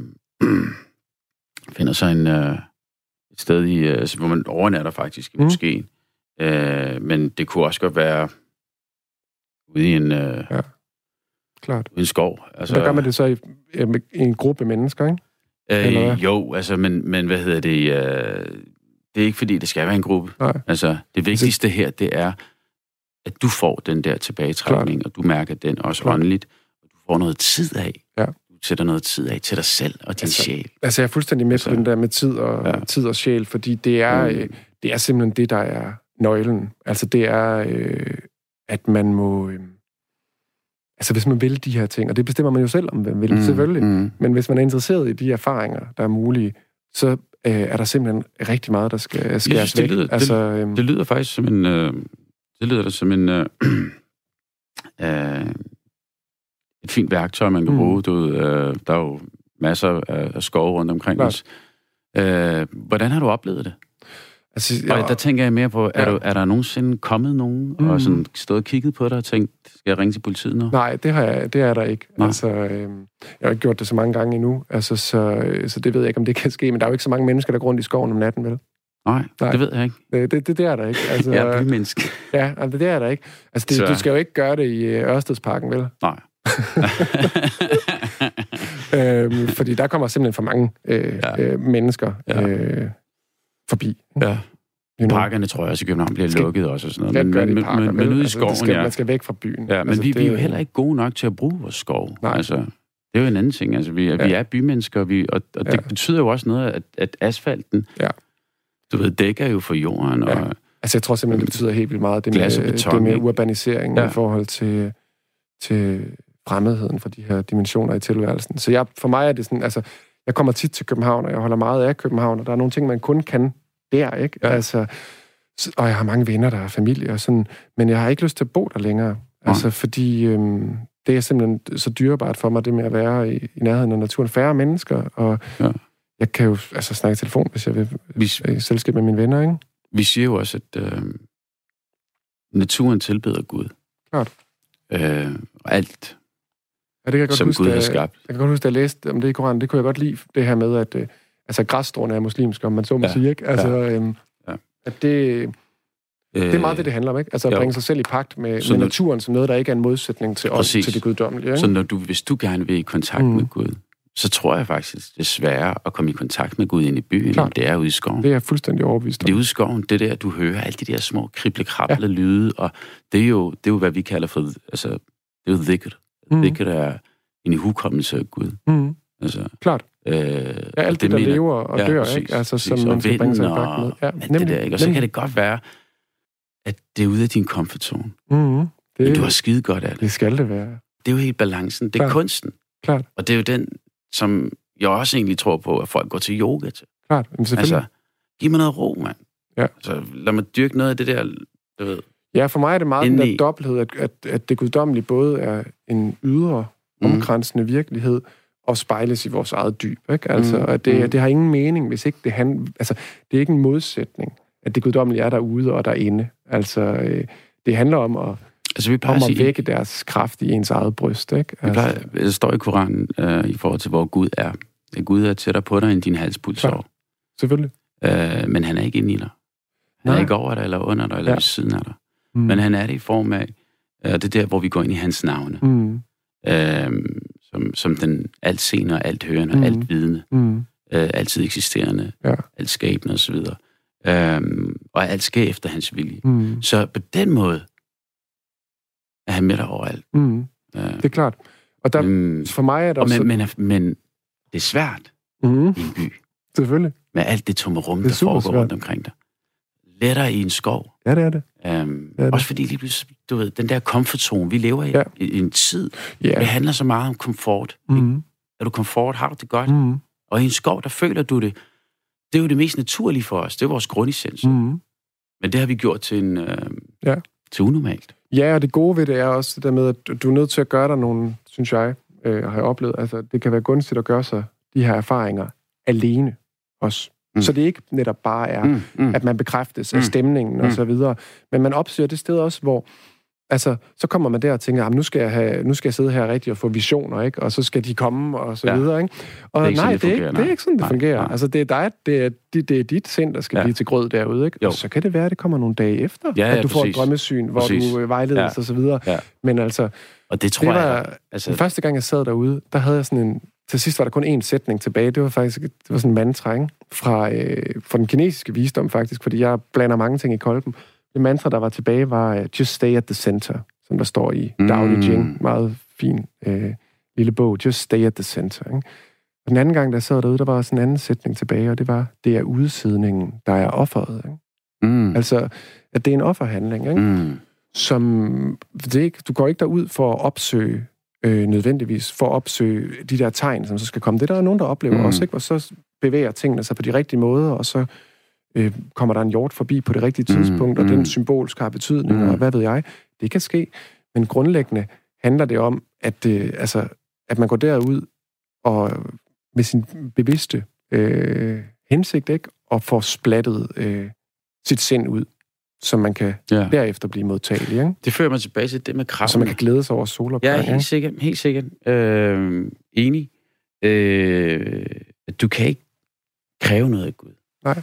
finder sig en, øh, et sted, i, øh, hvor man overnatter faktisk i mm. moskeen. Øh, men det kunne også godt være ude i en, øh, ja. Klart. en skov. Altså, der gør man det så i, i en gruppe mennesker, ikke? Øh, jo, altså, men, men hvad hedder det... Øh, det er ikke, fordi det skal være en gruppe. Nej. Altså, det vigtigste her, det er, at du får den der tilbagetrækning, Klart. Og du mærker den også Klart. Åndeligt, og du får noget tid af. Ja. Du sætter noget tid af til dig selv og din altså, sjæl. Altså, jeg er fuldstændig med altså, på den der med tid og, ja. tid og sjæl, fordi det er, mm. det er simpelthen det, der er nøglen. Altså, det er, øh, at man må... Øh, altså, hvis man vil de her ting, og det bestemmer man jo selv, om man vil, mm. selvfølgelig. Mm. Men hvis man er interesseret i de erfaringer, der er mulige, så øh, er der simpelthen rigtig meget, der skal skæres væk. Det lyder, altså, det, øhm, det lyder faktisk som en... Øh, det lyder da som en... Øh, øh, et fint værktøj, man kan mm. bruge. Du, øh, der er jo masser af, af skove rundt omkring Klart. Os. Øh, hvordan har du oplevet det? Altså, ja, og der tænker jeg mere på, er, ja. du, er der nogensinde kommet nogen, mm. og sådan stået og kigget på dig og tænkt, skal jeg ringe til politiet nu? Nej, det, har jeg, det er der ikke. Altså, øh, jeg har ikke gjort det så mange gange endnu, altså, så, så det ved jeg ikke, om det kan ske, men der er jo ikke så mange mennesker, der går rundt i skoven om natten, vel? Nej, Nej. det ved jeg ikke. Det, det, det er der ikke. Altså, jeg er bymenneske. Ja, det er der ikke. Altså, det, du skal jo ikke gøre det i Ørstedsparken, vel? Nej. øhm, fordi der kommer simpelthen for mange øh, ja. øh, mennesker ja. øh, forbi. Ja. Parkerne, tror jeg også, i København bliver skal, lukket også og sådan noget. Men, men, parker, men, men ude i skoven, altså, skal, ja. Man skal væk fra byen. Ja, men altså, vi, det, vi er jo heller ikke gode nok til at bruge vores skov. Nej. Altså, det er jo en anden ting. Altså, vi, ja. vi er bymennesker, vi, og, og det ja. betyder jo også noget, at, at asfalten, ja. du ved, dækker jo for jorden. Ja. Og, altså, jeg tror simpelthen, det betyder helt vildt meget, det med, beton, det med urbanisering ja. i forhold til, til fremmedheden for de her dimensioner i tilværelsen. Så jeg, for mig er det sådan, altså, jeg kommer tit til København, og jeg holder meget af København, og der er nogle ting, man kun kan der, ikke? Ja. Altså, og jeg har mange venner, der har familie og sådan, men jeg har ikke lyst til at bo der længere. Ja. Altså, fordi øhm, det er simpelthen så dyrebart for mig, det med at være i, i nærheden af naturen. Færre mennesker, og ja. jeg kan jo altså snakke i telefon, hvis jeg vil vi, i selskab med mine venner, ikke? Vi siger jo også, at øh, naturen tilbeder Gud. Klart. Øh, og alt, ja, det kan jeg godt som huske, Gud har skabt. Jeg, jeg kan godt huske, at jeg læste om det i Koranen. Det kunne jeg godt lide, det her med, at øh, altså, græsstråene er muslimske, om man så må ja. sige, ikke? Altså, ja. øhm, ja. at det... Det er meget det, det handler om, ikke? Altså at bringe sig selv i pagt med, med når, naturen som noget, der ikke er en modsætning til, os, til det guddommelige. Ikke? Så når du, hvis du gerne vil i kontakt mm. med Gud, så tror jeg faktisk, det er sværere at komme i kontakt med Gud ind i byen, Klart. End det er ude i skoven. Det er jeg fuldstændig overbevist om. Det er ude i skoven, det der, du hører alle de der små krible-krable ja. lyde, og det er, jo, det er jo, hvad vi kalder for, altså, det er jo dhikr. Mm. Dhikr er en ihukommelse af Gud. Mm. Altså, Klart. Øh, ja, alt det, der mener, lever og dør, ja, ikke? Altså, som man skal bringe sig i pagt med. Ja, nemlig, det der, ikke? Og så nemlig. Kan det godt være, at det er ude af din comfort zone. Mm-hmm. Det, men du har skide godt af det. Det skal det være. Det er jo helt balancen. Det er Klart. Kunsten. Klart. Og det er jo den, som jeg også egentlig tror på, at folk går til yoga til. Klart. Men selvfølgelig. Altså, giv mig noget ro, mand. Ja. Altså, lad mig dyrke noget af det der, du ved. Ja, for mig er det meget den der dobbelthed, at, at, at det guddommelige både er en ydre, omkransende mm. virkelighed, og spejles i vores eget dyb. Ikke? Altså, mm. at det, det har ingen mening, hvis ikke det han, altså, det er ikke en modsætning, at det guddommelige er derude og derinde. Altså, øh, det handler om at, altså, vi om at, at vække deres kraft i ens eget bryst. Ikke? Altså. Vi plejer, det står i Koranen øh, i forhold til, hvor Gud er. at Gud er tættere på dig, end din halspulsår. Selvfølgelig. Øh, men han er ikke inde i dig. Han Nej. er ikke over dig, eller under dig, eller ja. ved siden af dig. Mm. Men han er det i form af, og det er der, hvor vi går ind i hans navne. Mm. Øh, som, som den alt seende og alt hørende, mm. alt vidende, mm. øh, altid eksisterende, ja. alt skabende osv. Øh, og alt sker efter hans vilje. Mm. Så på den måde er han med dig overalt. Mm. Øh, det er klart. Og der, mm. for mig er der også... Men, men, men det er svært mm. i en by. Selvfølgelig. Med alt det tomme rum, der foregår svært. Rundt omkring dig. Lettere i en skov. Ja, det er det. Um, det er også fordi lige pludselig, du ved, den der komfortzone, vi lever i, ja. i, i en tid, yeah. det handler så meget om komfort. Mm. Er du komfort, har du det godt? Mm. Og i en skov, der føler du det. Det er jo det mest naturlige for os. Det er vores grundessens. Mm. Men det har vi gjort til en øh, ja. til unormalt. Ja, og det gode ved det er også det der med, at du er nødt til at gøre dig nogle, synes jeg, øh, har jeg oplevet, altså det kan være gunstigt at gøre sig de her erfaringer alene også. Mm. Så det ikke netop bare er, mm, mm. at man bekræftes mm. af stemningen mm. og så videre. Men man opsøger det sted også, hvor altså, så kommer man der og tænker, nu skal jeg have, nu skal jeg sidde her rigtigt og få visioner, ikke? Og så skal de komme og så ja. videre, ikke? Og det nej, sådan, det, det, er, det er ikke sådan, det nej, fungerer. Nej. Altså, det er dig, det er, det, det er dit sind, der skal ja. blive til grød derude, ikke? Jo. Og så kan det være, at det kommer nogle dage efter, ja, ja, at du præcis. får et drømmesyn, hvor præcis. du vejledes ja. og så videre. Ja. Men altså, og det tror det var, jeg... Altså... Den første gang, jeg sad derude, der havde jeg sådan en... Til sidst var der kun én sætning tilbage. Det var faktisk det var sådan en mantra, ikke? Fra, øh, fra den kinesiske visdom, faktisk, fordi jeg blander mange ting i kolben. Det mantra, der var tilbage, var just stay at the center, som der står i mm. Dao De Jing. Meget fin øh, lille bog. Just stay at the center. Ikke? Og den anden gang, da jeg sad derude, der var sådan en anden sætning tilbage, og det var, det er udsidningen, der er offeret. Ikke? Mm. Altså, at det er en offerhandling, ikke? Mm. Som, det er ikke, du går ikke derud for at opsøge øh, nødvendigvis, for at opsøge de der tegn, som så skal komme. Det der er nogen, der oplever mm. også, ikke? Og så bevæger tingene sig på de rigtige måder, og så øh, kommer der en hjort forbi på det rigtige tidspunkt, mm. og den symbolsk har betydning, mm. og hvad ved jeg. Det kan ske, men grundlæggende handler det om, at, øh, altså, at man går derud og med sin bevidste øh, hensigt, ikke? Og får splattet øh, sit sind ud, så man kan ja. derefter blive modtagelig. Ikke? Det fører mig tilbage til det med kraften. Så man kan glæde sig over solopgang. Ja, helt sikkert. Helt sikkert. Øh, enig. Øh, du kan ikke kræve noget af Gud. Nej.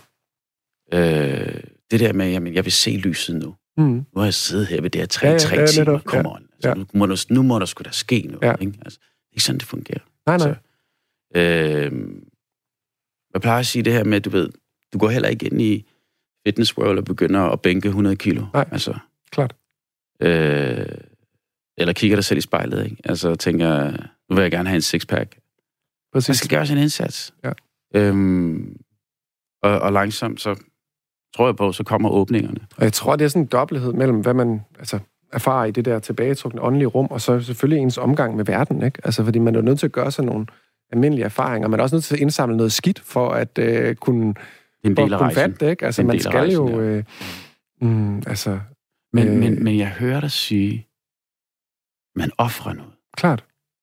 Øh, det der med, jamen, jeg vil se lyset nu. Mm. Nu har jeg siddet her ved det her tre, ja, tre ja, timer. Kom ja. on. Altså, ja. nu, må der, nu må der sgu da ske noget. Ja. Ikke? Altså, det er ikke sådan, det fungerer. Nej, nej. Så, øh, jeg plejer at sige det her med, du ved, du går heller ikke ind i Fitness World og begynder at bænke hundrede kilo. Nej, altså, klart. Øh, eller kigger dig selv i spejlet, ikke? Altså tænker, nu vil jeg gerne have en sixpack. Præcis. Man skal gøre sin indsats. Ja. Øhm, og, og langsomt, så tror jeg på, så kommer åbningerne. Og jeg tror, det er sådan en dobbelthed mellem, hvad man altså, erfarer i det der tilbagetrukne åndelige rum, og så selvfølgelig ens omgang med verden, ikke? Altså, fordi man er nødt til at gøre sig nogle almindelige erfaringer. Man er også nødt til at indsamle noget skidt for at øh, kunne... En del af rejsen. Fatte, ikke? Altså, man skal rejsen, jo... Øh, mm, altså... Men, øh, men, men jeg hører dig sige, man offrer noget. Klart.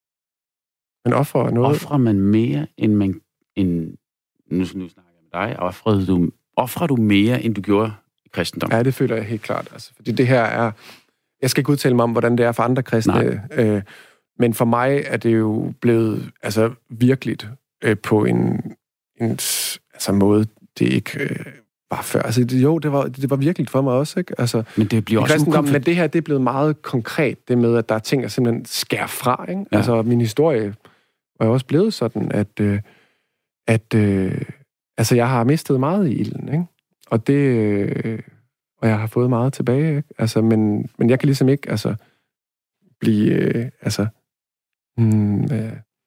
Man offrer noget. Offrer man mere, end man... End, nu, nu snakker jeg med dig. Offrer du, offrer du mere, end du gjorde i kristendom? Ja, det føler jeg helt klart. Altså, fordi det her er... Jeg skal ikke udtale mig om, hvordan det er for andre kristne. Øh, men for mig er det jo blevet altså, virkeligt øh, på en, en altså, måde... det ikke øh, var før. Altså, det, jo, det var, det var virkelig for mig også, ikke? Altså, men det bliver også ukonf- men det her, det er blevet meget konkret, det med, at der er ting, der simpelthen skærer fra, ikke? Ja. Altså, min historie var jo også blevet sådan, at, øh, at øh, altså, jeg har mistet meget i ilden, ikke? Og det, øh, og jeg har fået meget tilbage, ikke? Altså, men, men jeg kan ligesom ikke, altså, blive, øh, altså, mm, øh,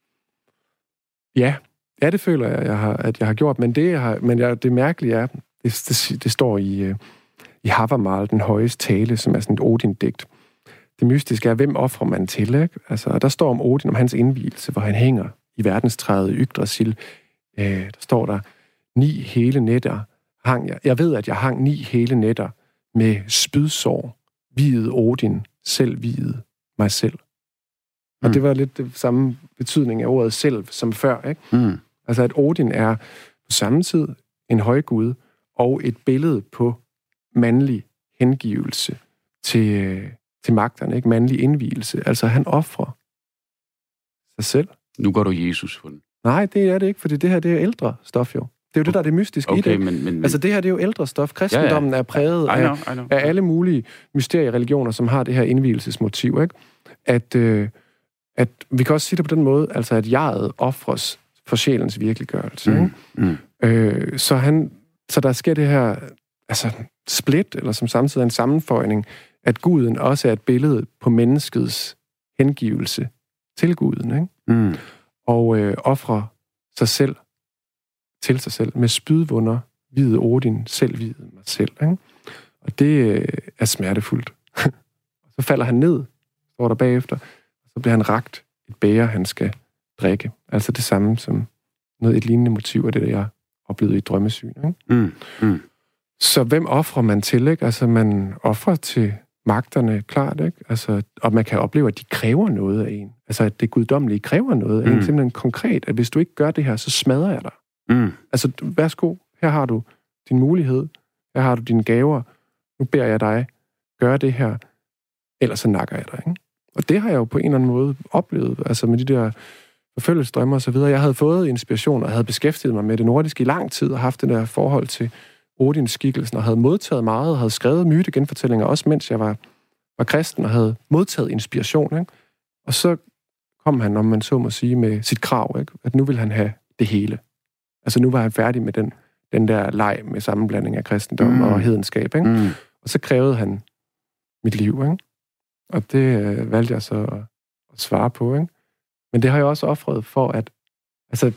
ja, Ja, det føler jeg, jeg har, at jeg har gjort, men det, jeg har, men jeg, det mærkelige er, det, det, det står i, i Havamal, den højeste tale, som er sådan et Odin-digt. Det mystiske er, hvem offrer man til, ikke? Altså, der står om Odin, om hans indvielse, hvor han hænger i verdenstræet i Yggdrasil. Øh, der står der, ni hele nætter hang jeg. Jeg ved, at jeg hang ni hele nætter med spydsår, viede Odin, selv viede mig selv. Og mm. det var lidt det samme betydning af ordet selv som før, ikke? Mm. Altså, at Odin er på samme tid en højgud og et billede på mandlig hengivelse til, til magterne, ikke? Mandlig indvielse. Altså, han offrer sig selv. Nu går du Jesus for den. Nej, det er det ikke, fordi det her, det er ældre stof jo. Det er jo det, der er det mystiske okay, i det. Men, men, men... Altså, det her, det er jo ældre stof. Kristendommen ja, ja. er præget I know, I af, know. af alle mulige mysteriereligioner, som har det her indvielsesmotiv, ikke? At, øh, at vi kan også sige det på den måde, altså at jeget ofres for sjælens virkeliggørelse. Mm, ikke? mm. Øh, så, han, så der sker det her altså split, eller som samtidig en sammenføjning, at guden også er et billede på menneskets hengivelse til guden, ikke? Mm. Og øh, ofre sig selv til sig selv med spydvunder, vide Odin, selv vide mig selv. Ikke? Og det øh, er smertefuldt. Så falder han ned, står der bagefter, og så bliver han rakt et bæger, han skal drikke. Altså det samme som noget, et lignende motiv af det, der jeg oplevede i drømmesyn. Ikke? Mm. Mm. Så hvem offrer man til? Ikke? Altså man offrer til magterne, klart, ikke? Altså, og man kan opleve, at de kræver noget af en. Altså at det guddommelige kræver noget af mm. en, simpelthen konkret, at hvis du ikke gør det her, så smadrer jeg dig. Mm. Altså, værsgo, her har du din mulighed, her har du dine gaver, nu beder jeg dig, gøre det her, ellers så nakker jeg dig, ikke? Og det har jeg jo på en eller anden måde oplevet, altså med de der forfølgelsesdrømme og så videre. Jeg havde fået inspiration, og havde beskæftiget mig med det nordiske i lang tid, og haft det der forhold til Odins skikkelsen, og havde modtaget meget, og havde skrevet mytegenfortællinger, også mens jeg var, var kristen, og havde modtaget inspiration, ikke? Og så kom han, om man så må sige, med sit krav, ikke? At nu vil han have det hele. Altså nu var han færdig med den, den der leg med sammenblanding af kristendom mm. og hedenskab, ikke? Mm. Og så krævede han mit liv, ikke? Og det øh, valgte jeg så at, at svare på, ikke? Men det har jeg også offret for, at altså,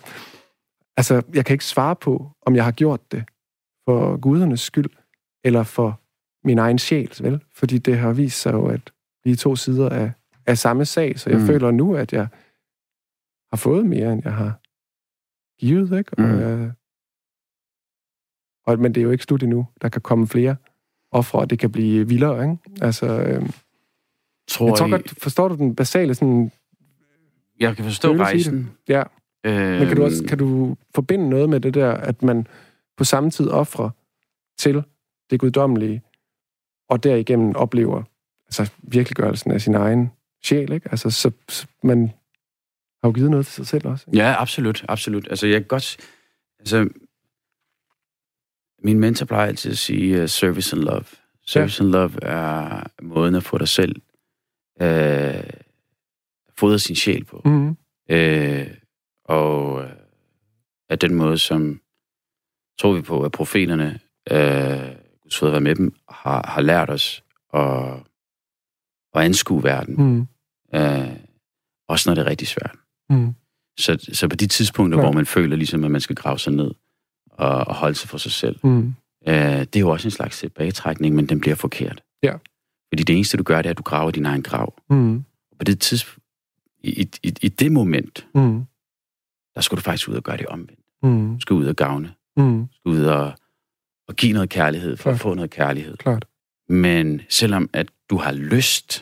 altså, jeg kan ikke svare på, om jeg har gjort det for gudernes skyld, eller for min egen sjæls, vel? Fordi det har vist sig jo, at de to sider af, af samme sag, så jeg mm. føler nu, at jeg har fået mere, end jeg har givet, ikke? Og, mm. jeg, og, men det er jo ikke slut endnu. Der kan komme flere ofre, og det kan blive vildere, ikke? Altså, øh, tror jeg tror I... godt, forstår du den basale sådan... Jeg kan forstå rejsen. Ja. Øh... Men kan du også kan du forbinde noget med det der, at man på samme tid offrer til det guddommelige, og derigennem oplever altså virkeliggørelsen af sin egen sjæl, ikke? Altså, så, så man har jo givet noget til sig selv også. Ikke? Ja, absolut, absolut. Altså, jeg kan godt... Altså, min mentor plejer altid at sige uh, service and love. Service ja. and love er måden at få dig selv uh, fodre sin sjæl på. Mm-hmm. Uh, og uh, er den måde, som tror vi på, at profeterne, uh, Guds fod være med dem, har, har lært os at, at anskue verden. Mm. Uh, også når det er rigtig svært. Mm. Så, så på de tidspunkter, ja. hvor man føler ligesom, at man skal grave sig ned og, og holde sig for sig selv, mm. øh, det er jo også en slags tilbagetrækning, men den bliver forkert. Ja. Fordi det eneste, du gør, det er, at du graver din egen grav. Mm. Og på det tidspunkt, i, i, i det moment, mm. der skal du faktisk ud og gøre det omvendt. Mm. Du skal ud og gavne. Mm. Du skal ud og, og give noget kærlighed, for Klart. at få noget kærlighed. Klart. Men selvom at du har lyst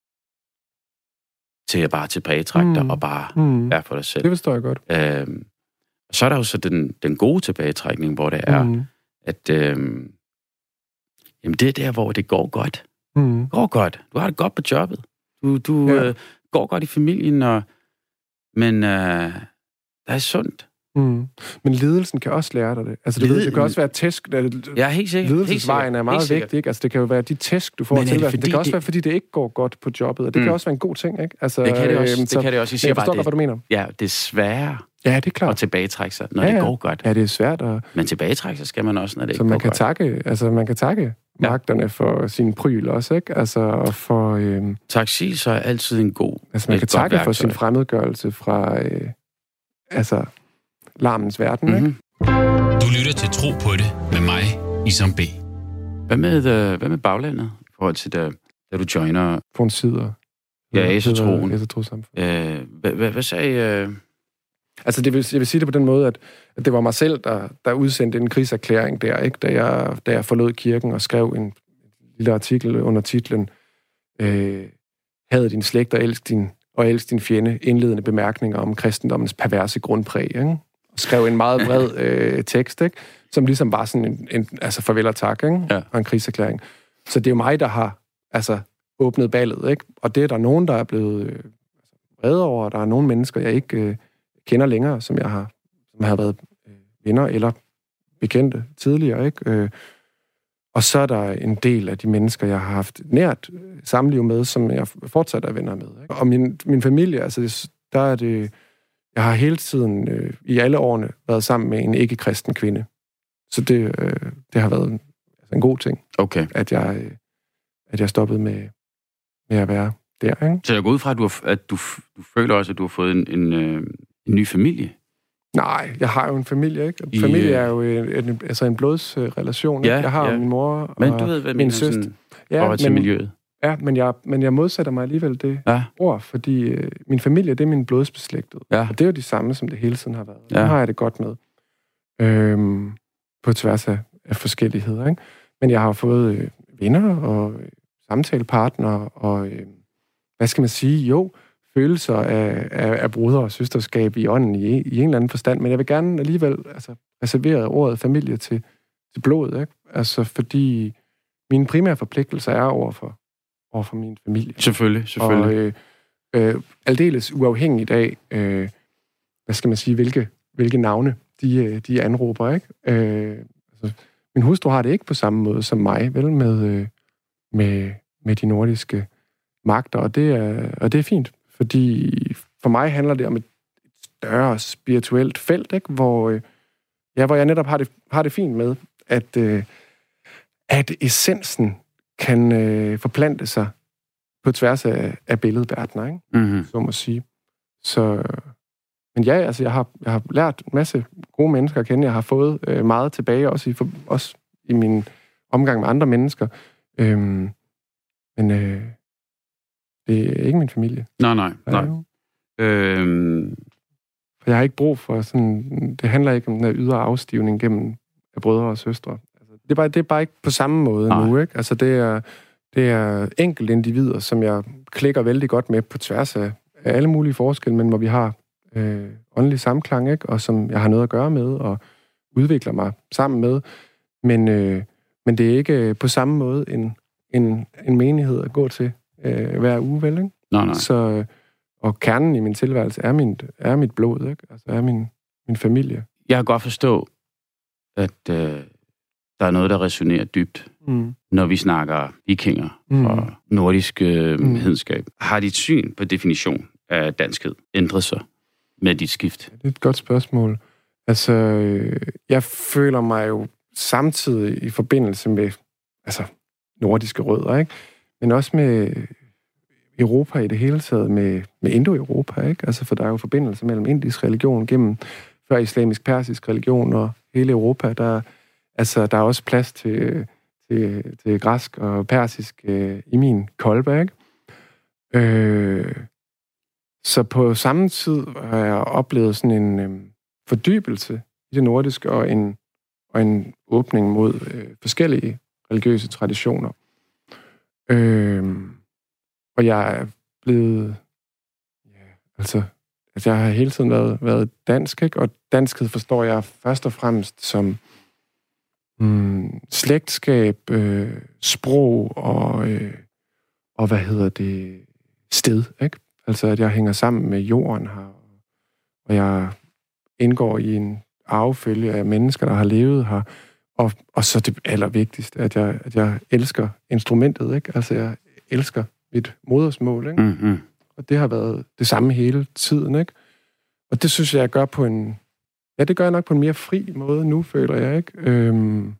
til at bare tilbagetrække dig, mm. og bare mm. være for dig selv. Det forstår jeg godt. Øhm, så er der jo så den, den gode tilbagetrækning, hvor det er, mm. at øhm, jamen det er der, hvor det går godt. Mm. går godt. Du har det godt på jobbet. Du, du ja. øh, går godt i familien, og, men øh, der er sundt. Mm. Men ledelsen kan også lære dig det. Altså, du Led... ved, det kan også være tæsk. Ja, helt sikkert. Ledelsesvejen er meget vigtig, ikke? Altså, det kan jo være de tæsk, du får til. Det, det kan også det... være, fordi det ikke går godt på jobbet, og det mm. kan også være en god ting, ikke? Altså, det kan det også. Øh, det kan det også. Jeg, siger jeg forstår bare, godt, hvad du mener. Ja, det er sværere ja, det er klart. at tilbagetrække sig, når ja, det ja. går godt. Ja, det er svært. At... Men tilbagetrække sig skal man også, når det så ikke man går kan godt. Takke, altså, man kan takke ja. magterne for sin pryl også, ikke? Altså, for... Øh... Taksigelse er altid en god... Altså, man kan takke for sin fremmedgørelse fra... Øh... Altså... larmens verden, mm-hmm. ikke? Du lytter til Tro på det med mig, Isam B. Hvad med, uh, hvad med baglandet i forhold til, da, da du joiner... På en sider. Ja, Asetroen. Asetrosamfund. Øh, hvad, hvad, hvad sagde... Uh... Altså, det vil, jeg vil sige det på den måde, at, at det var mig selv, der, der udsendte en krigserklæring der, ikke? Da jeg, da jeg forlod kirken og skrev en lille artikel under titlen øh, Had din slægt og elsk din, og elsk din fjende, indledende bemærkninger om kristendommens perverse grundpræg, ikke? Skrev en meget bred øh, tekst, ikke? Som ligesom var sådan en, en altså farvel og tak, ikke? Ja. Og en krigserklæring. Så det er jo mig, der har altså åbnet ballet, ikke? Og det er der nogen, der er blevet øh, vrede over, og der er nogle mennesker, jeg ikke øh, kender længere, som jeg har, som har været venner eller bekendte tidligere, ikke? Øh, og så er der en del af de mennesker, jeg har haft nært samliv med, som jeg fortsat er venner med. Ikke? Og min, min familie, altså, der er det... Jeg har hele tiden, øh, i alle årene, været sammen med en ikke-kristen kvinde. Så det, øh, det har været en, altså en god ting, okay. at jeg, øh, at jeg stoppede med, med at være der. Ikke? Så jeg går ud fra, at du, har, at du, du føler også, at du har fået en, en, øh, en ny familie? Nej, jeg har jo en familie, ikke? I, familie er jo en, en, altså en blodsrelation. Ja, jeg har ja. min mor og men du ved, hvad min søster. Ja, men, til miljøet. Ja, men jeg, men jeg modsætter mig alligevel det ja. ord, fordi øh, min familie, det er min blodsbeslægtede. Ja. Og det er jo de samme, som det hele tiden har været. Ja. Det har jeg det godt med. Øhm, på tværs af, af forskelligheder, ikke? Men jeg har fået øh, venner og øh, samtalepartnere og, øh, hvad skal man sige, jo, følelser af, af, af broder- og søsterskab i ånden i, i en eller anden forstand, men jeg vil gerne alligevel altså, reservere ordet familie til, til blodet, ikke? Altså, fordi mine primære forpligtelser er over for, over for min familie. Selvfølgelig, selvfølgelig. Og øh, øh, aldeles uafhængigt af, øh, hvad skal man sige, hvilke, hvilke navne de, de anråber, ikke? Øh, altså, min hustru har det ikke på samme måde som mig, vel, med, øh, med, med de nordiske magter, og det er, og det er fint. Fordi for mig handler det om et større spirituelt felt, ikke? Hvor, øh, ja, hvor jeg netop har det, har det fint med, at, øh, at essensen kan øh, forplante sig på tværs af, af billedverdener, ikke? Mm-hmm. Så må sige. Så, men ja, altså, jeg har, jeg har lært en masse gode mennesker at kende. Jeg har fået øh, meget tilbage, også i, for, også i min omgang med andre mennesker. Øhm, men... Øh, Det er ikke min familie. Nej, nej, nej. Øhm... For jeg har ikke brug for sådan... Det handler ikke om den her ydre afstivning gennem brødre og søstre. Altså, det, er bare, det er bare ikke på samme måde nej. nu, ikke? Altså, det er, det er enkelte individer, som jeg klikker vældig godt med på tværs af, af alle mulige forskelle, men hvor vi har øh, åndelig samklang, ikke? Og som jeg har noget at gøre med, og udvikler mig sammen med. Men, øh, men det er ikke på samme måde en, en, en menighed at gå til Øh, hver uge, vel, ikke? Nej, nej. Så, og kernen i min tilværelse er, min, er mit blod, ikke? Altså er min, min familie. Jeg kan godt forstå, at øh, der er noget, der resonerer dybt, mm. når vi snakker vikinger mm. og nordisk øh, mm. hedenskab. Har dit syn på definition af danskhed ændret sig med dit skift? Det er et godt spørgsmål. Altså, øh, jeg føler mig jo samtidig i forbindelse med altså, nordiske rødder, ikke? Men også med Europa i det hele taget, med, med Indo-Europa, ikke? Altså, for der er jo forbindelse mellem indisk religion gennem før islamisk-persisk religion og hele Europa. Der, altså, der er også plads til, til, til græsk og persisk øh, i min kolbe, ikke? Øh, så på samme tid har jeg oplevet sådan en øh, fordybelse i det nordiske og en, og en åbning mod øh, forskellige religiøse traditioner. Øhm, og jeg er blevet... Ja, altså, altså, jeg har hele tiden været, været dansk, ikke? Og danskhed forstår jeg først og fremmest som mm, slægtskab, øh, sprog og, øh, og hvad hedder det, sted, ikke? Altså, at jeg hænger sammen med jorden her, og jeg indgår i en arvefølge af mennesker, der har levet her. Og, og så det allervigtigste, at jeg, at jeg elsker instrumentet, ikke? Altså, jeg elsker mit modersmål, ikke? Mm-hmm. Og det har været det samme hele tiden, ikke? Og det synes jeg, jeg gør på en... Ja, det gør jeg nok på en mere fri måde nu, føler jeg, ikke? Øhm,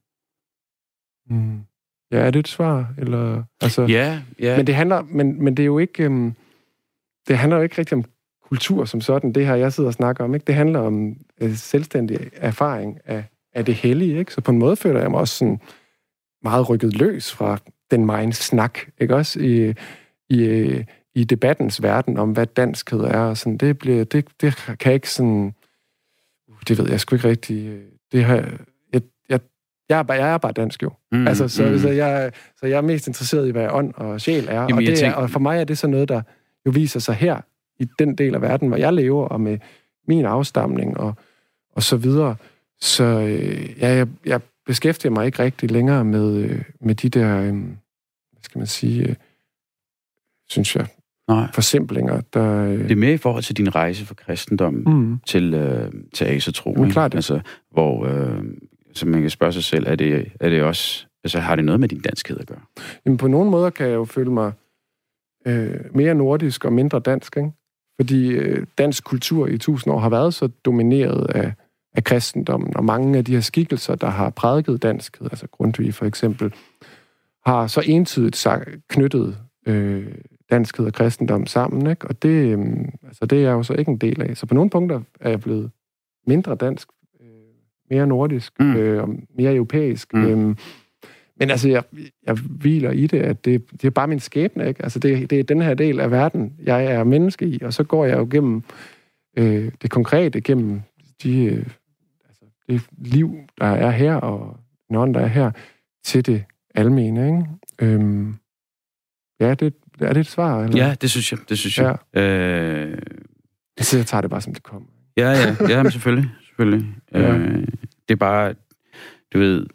mm, ja, er det et svar? Eller, altså, ja, ja. Men det handler... Men, men det er jo ikke... Øhm, det handler jo ikke rigtig om kultur som sådan, det her, jeg sidder og snakker om, ikke? Det handler om øh, selvstændig erfaring af af det hellige, ikke? Så på en måde føler jeg mig også sådan meget rykket løs fra den megen snak, ikke også? I, i, i debattens verden om, hvad danskhed er, og sådan, det, bliver, det, det kan ikke sådan... Det ved jeg sgu ikke rigtigt. Det har, jeg, jeg, jeg, er bare, jeg er bare dansk, jo. Mm, altså, så, mm. så, jeg, så jeg er mest interesseret i, hvad ånd og sjæl er. Jamen, og, det tænker... er og for mig er det så noget, der jo viser sig her, i den del af verden, hvor jeg lever, og med min afstamning, og, og så videre. Så øh, ja, jeg, jeg beskæftiger mig ikke rigtig længere med, øh, med de der, øh, hvad skal man sige, øh, synes jeg, Nej. forsimplinger. Der, det er mere i forhold til din rejse fra kristendommen mm. til, øh, til asertro. Ja, klart. Altså, hvor øh, så man kan spørge sig selv, er det, er det også, altså, har det noget med din danskhed at gøre? Jamen, på nogle måder kan jeg jo føle mig øh, mere nordisk og mindre dansk, ikke? Fordi øh, dansk kultur i tusind år har været så domineret af, af kristendommen, og mange af de her skikkelser, der har prædiket danskhed, altså Grundtvig for eksempel, har så entydigt sagt, knyttet øh, danskhed og kristendom sammen, ikke? Og det, øh, altså, det er jeg jo så ikke en del af. Så på nogle punkter er jeg blevet mindre dansk, øh, mere nordisk, mm. øh, og mere europæisk. Mm. Øh, men altså, jeg, jeg hviler i det, at det, det er bare min skæbne, ikke? Altså, det, det er den her del af verden, jeg er menneske i, og så går jeg jo gennem øh, det konkrete, gennem de, øh, altså, det liv, der er her, og nåden, der er her, til det almene, ikke? Øhm, ja, det, er det et svar? Eller? Ja, det synes jeg. Det synes jeg. Ja. Øh... Så jeg tager det bare, som det kommer. Ja, ja, ja, men selvfølgelig. selvfølgelig. Ja. Øh, det er bare, du ved,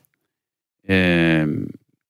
øh,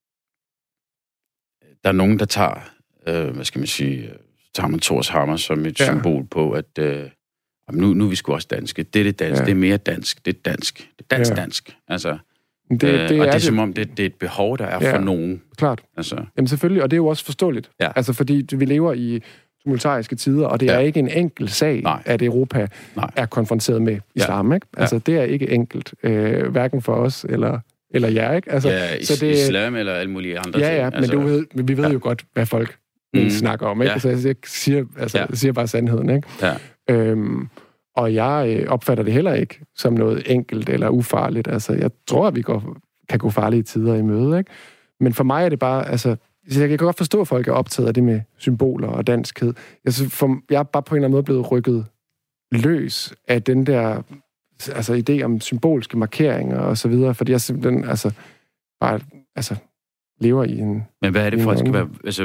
der er nogen, der tager, øh, hvad skal man sige, tager man Thors hammer som et ja. symbol på, at øh, nu, nu er vi sgu også danske. Det er det dansk, ja. det er mere dansk, det er dansk, det er dansk-dansk. Ja. Altså, Det, det øh, og det er, det. som om, det, det er et behov, der er ja, for nogen. Klart. Altså. Jamen selvfølgelig, og det er jo også forståeligt. Ja. Altså fordi vi lever i tumultariske tider, og det ja. er ikke en enkel sag, Nej. at Europa Nej. er konfronteret med islam. Ja. Ikke? Altså ja. det er ikke enkelt, øh, hverken for os eller, eller jer. Ikke? Altså, ja, is- så det, islam eller alle mulige andre ja, ting. Ja, ja, altså, men du ved, vi ved ja. jo godt, hvad folk mm. snakker om. Ikke? Ja. Altså, jeg siger, altså, ja. jeg siger bare sandheden. Ikke? Ja. Øhm, og jeg opfatter det heller ikke som noget enkelt eller ufarligt. Altså, jeg tror, at vi går... kan gå farlige tider i møde, ikke? Men for mig er det bare, altså, jeg kan godt forstå, at folk er optaget af det med symboler og danskhed. Jeg, synes, for, jeg er bare på en eller anden måde blevet rykket løs af den der, altså, idé om symbolske markeringer og så videre, fordi jeg simpelthen, altså, bare, altså, lever i en... Men hvad er det, folk skal være, altså...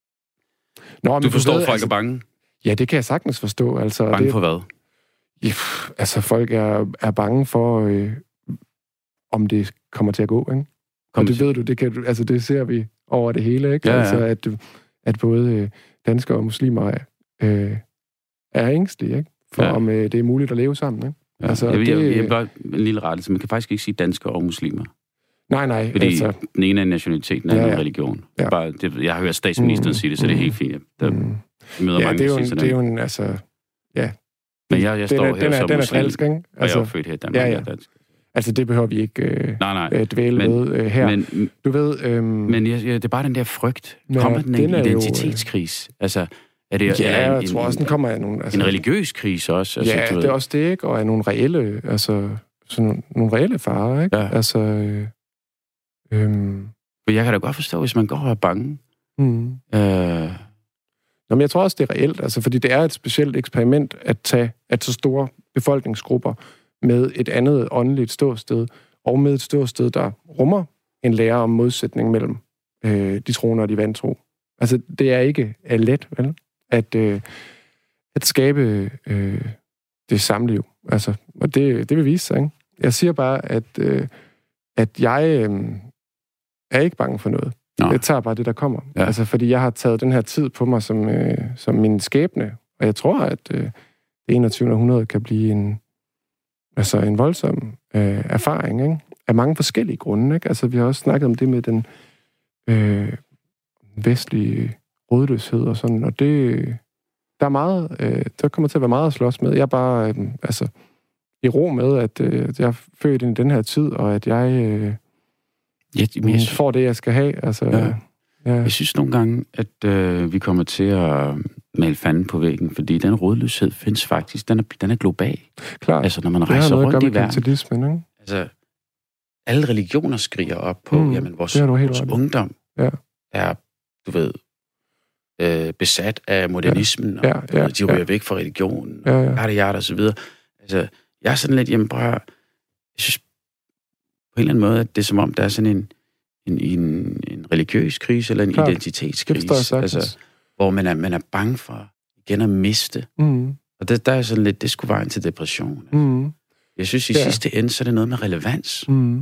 Nå, du forstår, at folk altså, er bange? Ja, det kan jeg sagtens forstå, altså. Bange det, for hvad? Ja, altså, folk er, er bange for... Øh, om det kommer til at gå, ikke? Og det ved du, det kan, altså det ser vi over det hele, ikke? Ja, ja. Altså at, at både danskere og muslimer er, øh, er ængstelige, ikke? For ja. om øh, det er muligt at leve sammen, ikke? Ja. Altså, jeg, det, jeg, jeg, jeg bare en lille rettelse, man kan faktisk ikke sige danskere og muslimer. Nej, nej. Fordi altså, den ene er nationaliteten, den anden ja, ja. er religion. Ja. Bare, det, jeg har hørt statsministeren mm, sige det, så mm, det er helt fint. Der, mm. jeg møder ja, mange, det er jo en, det er jo en, altså, ja. Men jeg, jeg står den er, her den er, som den er muslim, falsk, ikke? Altså, og jeg er jo født her i Danmark, ja, ja. dansk. Altså, det behøver vi ikke øh, nej, nej. dvæle men, ved øh, her. Men, du ved... Øh, men ja, det er bare den der frygt. Kommer den en identitetskris? Jo, øh, altså, er det, ja, er jeg en, tror også, den kommer af nogle... Altså, en religiøs krise også? Altså, ja, det er også det, ikke? Og af nogle reelle, altså, sådan nogle reelle farer, ikke? Ja. Altså... Øh, øh, For jeg kan da godt forstå, hvis man går og er bange. Mm. Øh, Nå, men jeg tror også, det er reelt, altså, fordi det er et specielt eksperiment at tage at så store befolkningsgrupper med et andet åndeligt ståsted, og med et ståsted, der rummer en lære om modsætning mellem øh, de troende og de vantro. Altså, det er ikke er let, vel? At, øh, at skabe øh, det samliv. Altså, og det, det vil vise sig, ikke? Jeg siger bare, at, øh, at jeg øh, er ikke bange for noget. Nå. Jeg tager bare det, der kommer. Ja. Altså, fordi jeg har taget den her tid på mig som, øh, som min skæbne, og jeg tror, at øh, det enogtyvende århundrede kan blive en Altså en voldsom øh, erfaring, ikke? Af mange forskellige grunde, ikke? Altså vi har også snakket om det med den øh, vestlige rådløshed og sådan, og det, der er meget, øh, der kommer til at være meget at slås med. Jeg er bare, øh, altså, i ro med, at øh, jeg er født i den her tid, og at jeg, øh, ja, jeg får det, jeg skal have. Altså, ja. Ja. Jeg synes nogle gange, at øh, vi kommer til at male fanden på væggen, fordi den rådløshed findes faktisk, den er, den er global. Klart. Altså, når man rejser rundt i verden. Ikke? Altså, alle religioner skriger op på, mm, jamen, vores, vores ungdom ja. er, du ved, øh, besat af modernismen, ja. Ja, og ja, de ryger ja. væk fra religionen, ja, ja. og hjerte og så videre. Altså, jeg er sådan lidt, jamen, bare, jeg synes på en eller anden måde, at det er som om, der er sådan en En, en, en religiøs krise, eller en Klart. identitetskrise, altså, hvor man er, man er bange for igen at miste. Mm. Og det, der er sådan lidt, det skulle vejen til depression. Altså. Mm. Jeg synes, i ja. sidste ende, så er det noget med relevans. Mm.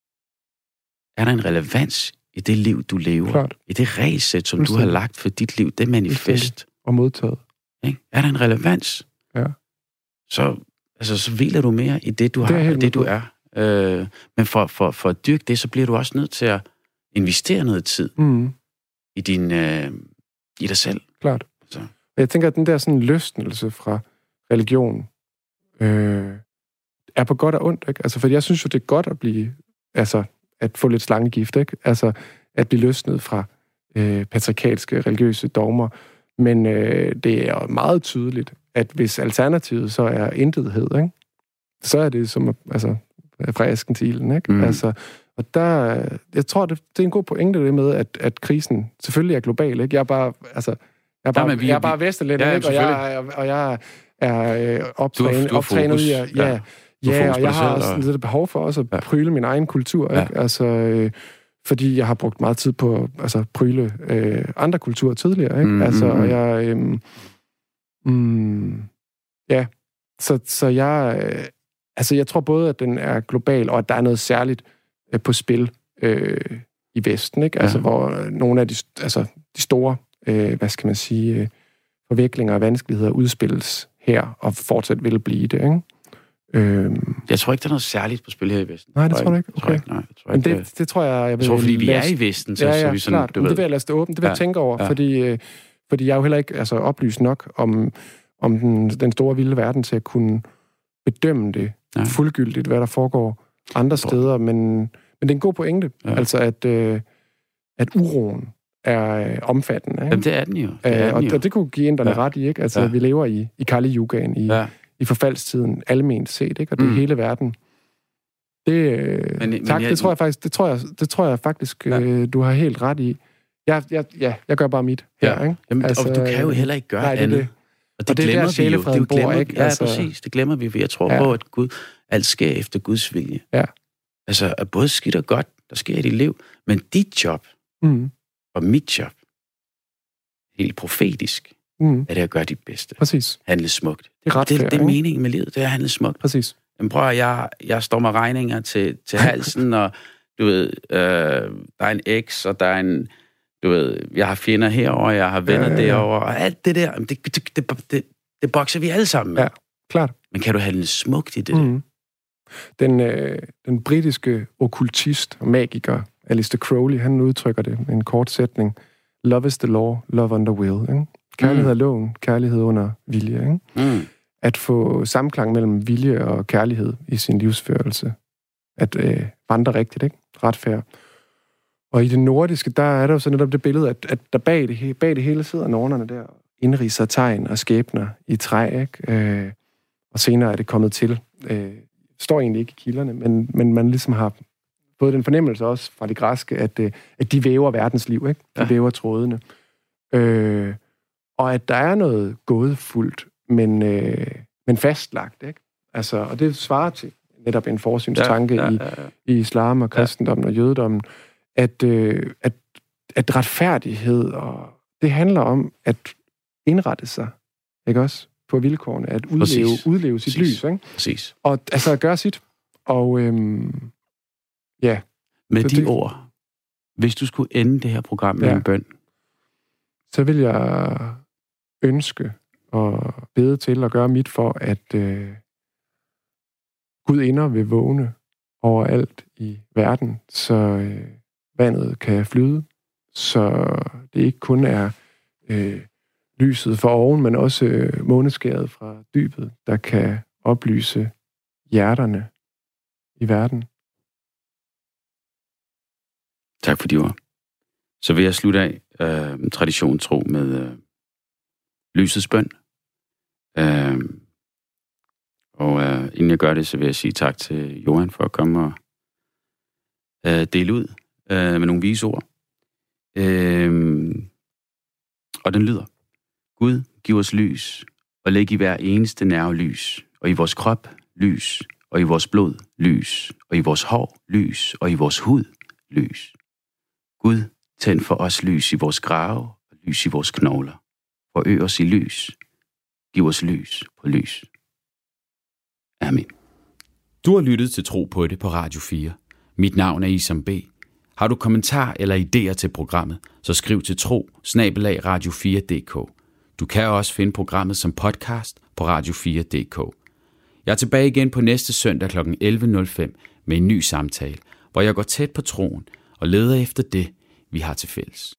Er der en relevans i det liv, du lever? Klart. I det regelsæt, som du har lagt for dit liv, det manifest, og modtaget. Ikke? Er der en relevans, ja. så, altså, så hviler du mere i det, du har, det og det, du er. Øh, men for, for, for at dyrke det, så bliver du også nødt til at investere noget tid mm. i, din, øh, i dig selv. Klart. Så. Jeg tænker, at den der sådan løsnelse fra religion øh, er på godt og ondt, ikke? Altså, for jeg synes jo, det er godt at blive, altså, at få lidt slangegift, ikke? Altså, at blive løsnet fra øh, patriarkalske religiøse dogmer. Men øh, det er meget tydeligt, at hvis alternativet så er intethed, ikke? Så er det som, altså, fra asken til ilden, ikke? Mm. Altså, og der, jeg tror, det, det er en god pointe, det med, at, at krisen selvfølgelig er global, ikke? Jeg er bare, altså, jeg er bare, ja, vi, jeg er bare vesterlænder, ja, ikke? Og jeg, og jeg er øh, optrænet, optrænet i at, ja, ja, ja og jeg har også og... lidt behov for også at ja. pryle min egen kultur, ikke? Ja. Altså, øh, fordi jeg har brugt meget tid på altså pryle øh, andre kulturer tidligere, ikke? Mm, altså, mm, og jeg, øh, mm, ja, så, så jeg, øh, altså, jeg tror både, at den er global, og at der er noget særligt øh, på spil øh, i Vesten, ikke? Altså, ja. hvor nogle af de, altså, de store, øh, hvad skal man sige, øh, forviklinger og vanskeligheder udspilles her, og fortsat vil blive det, ikke? Øhm. Jeg tror ikke, der er noget særligt på spil her i Vesten. Nej, det tror jeg ikke. Okay. Tror jeg ikke. Nej, jeg tror Men det, det, det tror jeg, jeg vil... Jeg tror, fordi vi er i Vesten, så, ja, ja, så vi sådan... Klart. Du ved. Det vil jeg lade stå åbent. Det vil ja. jeg tænke over, ja. fordi, øh, fordi jeg er jo heller ikke altså, oplyst nok om, om den, den store vilde verden til at kunne bedømme det ja. fuldgyldigt, hvad der foregår andre steder. Men, men det er en god pointe. Ja. Altså, at, øh, at uroen er øh, omfattende. Ikke? Jamen, det er den jo. Det er øh, og, den jo. og det kunne give inderne ja. ret i, ikke? Altså, ja. vi lever i, i Kali-yugaen, i... Ja. i forfaldstiden alment set, ikke? Og det er mm. hele verden. Det, øh, men, tak, men jeg, det tror jeg faktisk, det tror jeg, det tror jeg faktisk, ja. øh, du har helt ret i. Jeg, jeg, ja, jeg gør bare mit her, ja. ikke? Jamen, altså, og du kan jo heller ikke gøre nej, det andet. Det. Og det, og det glemmer der vi jo. Det bor, glemmer, ikke? Ja, altså, præcis. Det glemmer vi, for jeg tror ja. på, at Gud, alt sker efter Guds vilje. Ja. Altså, at både skidt og godt, der sker i dit liv, men dit job mm. og mit job, helt profetisk, mm. er det at gøre dit bedste. Præcis. Handle smukt. Det er ret det, fair, det er meningen med livet, det er at handle smukt. Præcis. Men prøv at, jeg, jeg står med regninger til, til halsen, og du ved, øh, der er en eks, og der er en, du ved, jeg har fjender herover, jeg har venner ja, ja, ja. derovre, og alt det der, det, det, det, det, det bokser vi alle sammen med. Ja, klart. Men kan du handle smukt i det? Mm. Den, øh, den britiske okkultist og magiker, Aleister Crowley, han udtrykker det med en kort sætning. Love is the law, love under will. Ikke? Kærlighed mm. er loven, kærlighed under vilje. Ikke? Mm. At få samklang mellem vilje og kærlighed i sin livsførelse. At øh, vandre rigtigt, ikke? Ret fair. Og i det nordiske, der er der jo så netop det billede, at, at der bag det, bag det hele sidder nornerne der, indridser tegn og skæbner i træ, ikke? Øh, og senere er det kommet til. Øh, står egentlig ikke i kilderne, men, men man ligesom har fået den fornemmelse også fra det græske, at, at de væver verdensliv, ikke? De ja. væver trådene. Øh, og at der er noget gådefuldt, men, øh, men fastlagt, ikke? Altså, og det svarer til netop en forsynstanke ja, ja, ja, ja. I, i islam og kristendommen ja. og jødedommen, at, øh, at, at retfærdighed, og det handler om at indrette sig, ikke også? På vilkårene, at udleve, udleve sit Præcis. lys, ikke? Præcis. Og altså at gøre sit. Og øhm, ja. Med de det, ord, hvis du skulle ende det her program med ja. en bøn, så vil jeg ønske og bede til at gøre mit for, at øh, Gud ender vil vågne overalt i verden, så øh, vandet kan flyde, så det ikke kun er øh, lyset fra oven, men også øh, måneskæret fra dybet, der kan oplyse hjerterne i verden. Tak for de ord. Så vil jeg slutte af øh, tradition tro med øh, lysets bøn. Øh, og øh, inden jeg gør det, så vil jeg sige tak til Johan for at komme og øh, dele ud øh, med nogle vise ord. Øh, og den lyder: Gud, giv os lys, og læg i hver eneste nerve lys, og i vores krop lys, og i vores blod lys, og i vores hår lys, og i vores hud lys. Gud, tænd for os lys i vores grave, og lys i vores knogler. Forøg os i lys. Giv os lys på lys. Amen. Du har lyttet til Tro på det på Radio fire. Mit navn er Isam B. Har du kommentar eller idéer til programmet, så skriv til tro bindestreg radio fire punktum d k. Du kan også finde programmet som podcast på radio fire punktum d k. Jeg er tilbage igen på næste søndag kl. elleve nul fem med en ny samtale, hvor jeg går tæt på troen og leder efter det, vi har til fælles.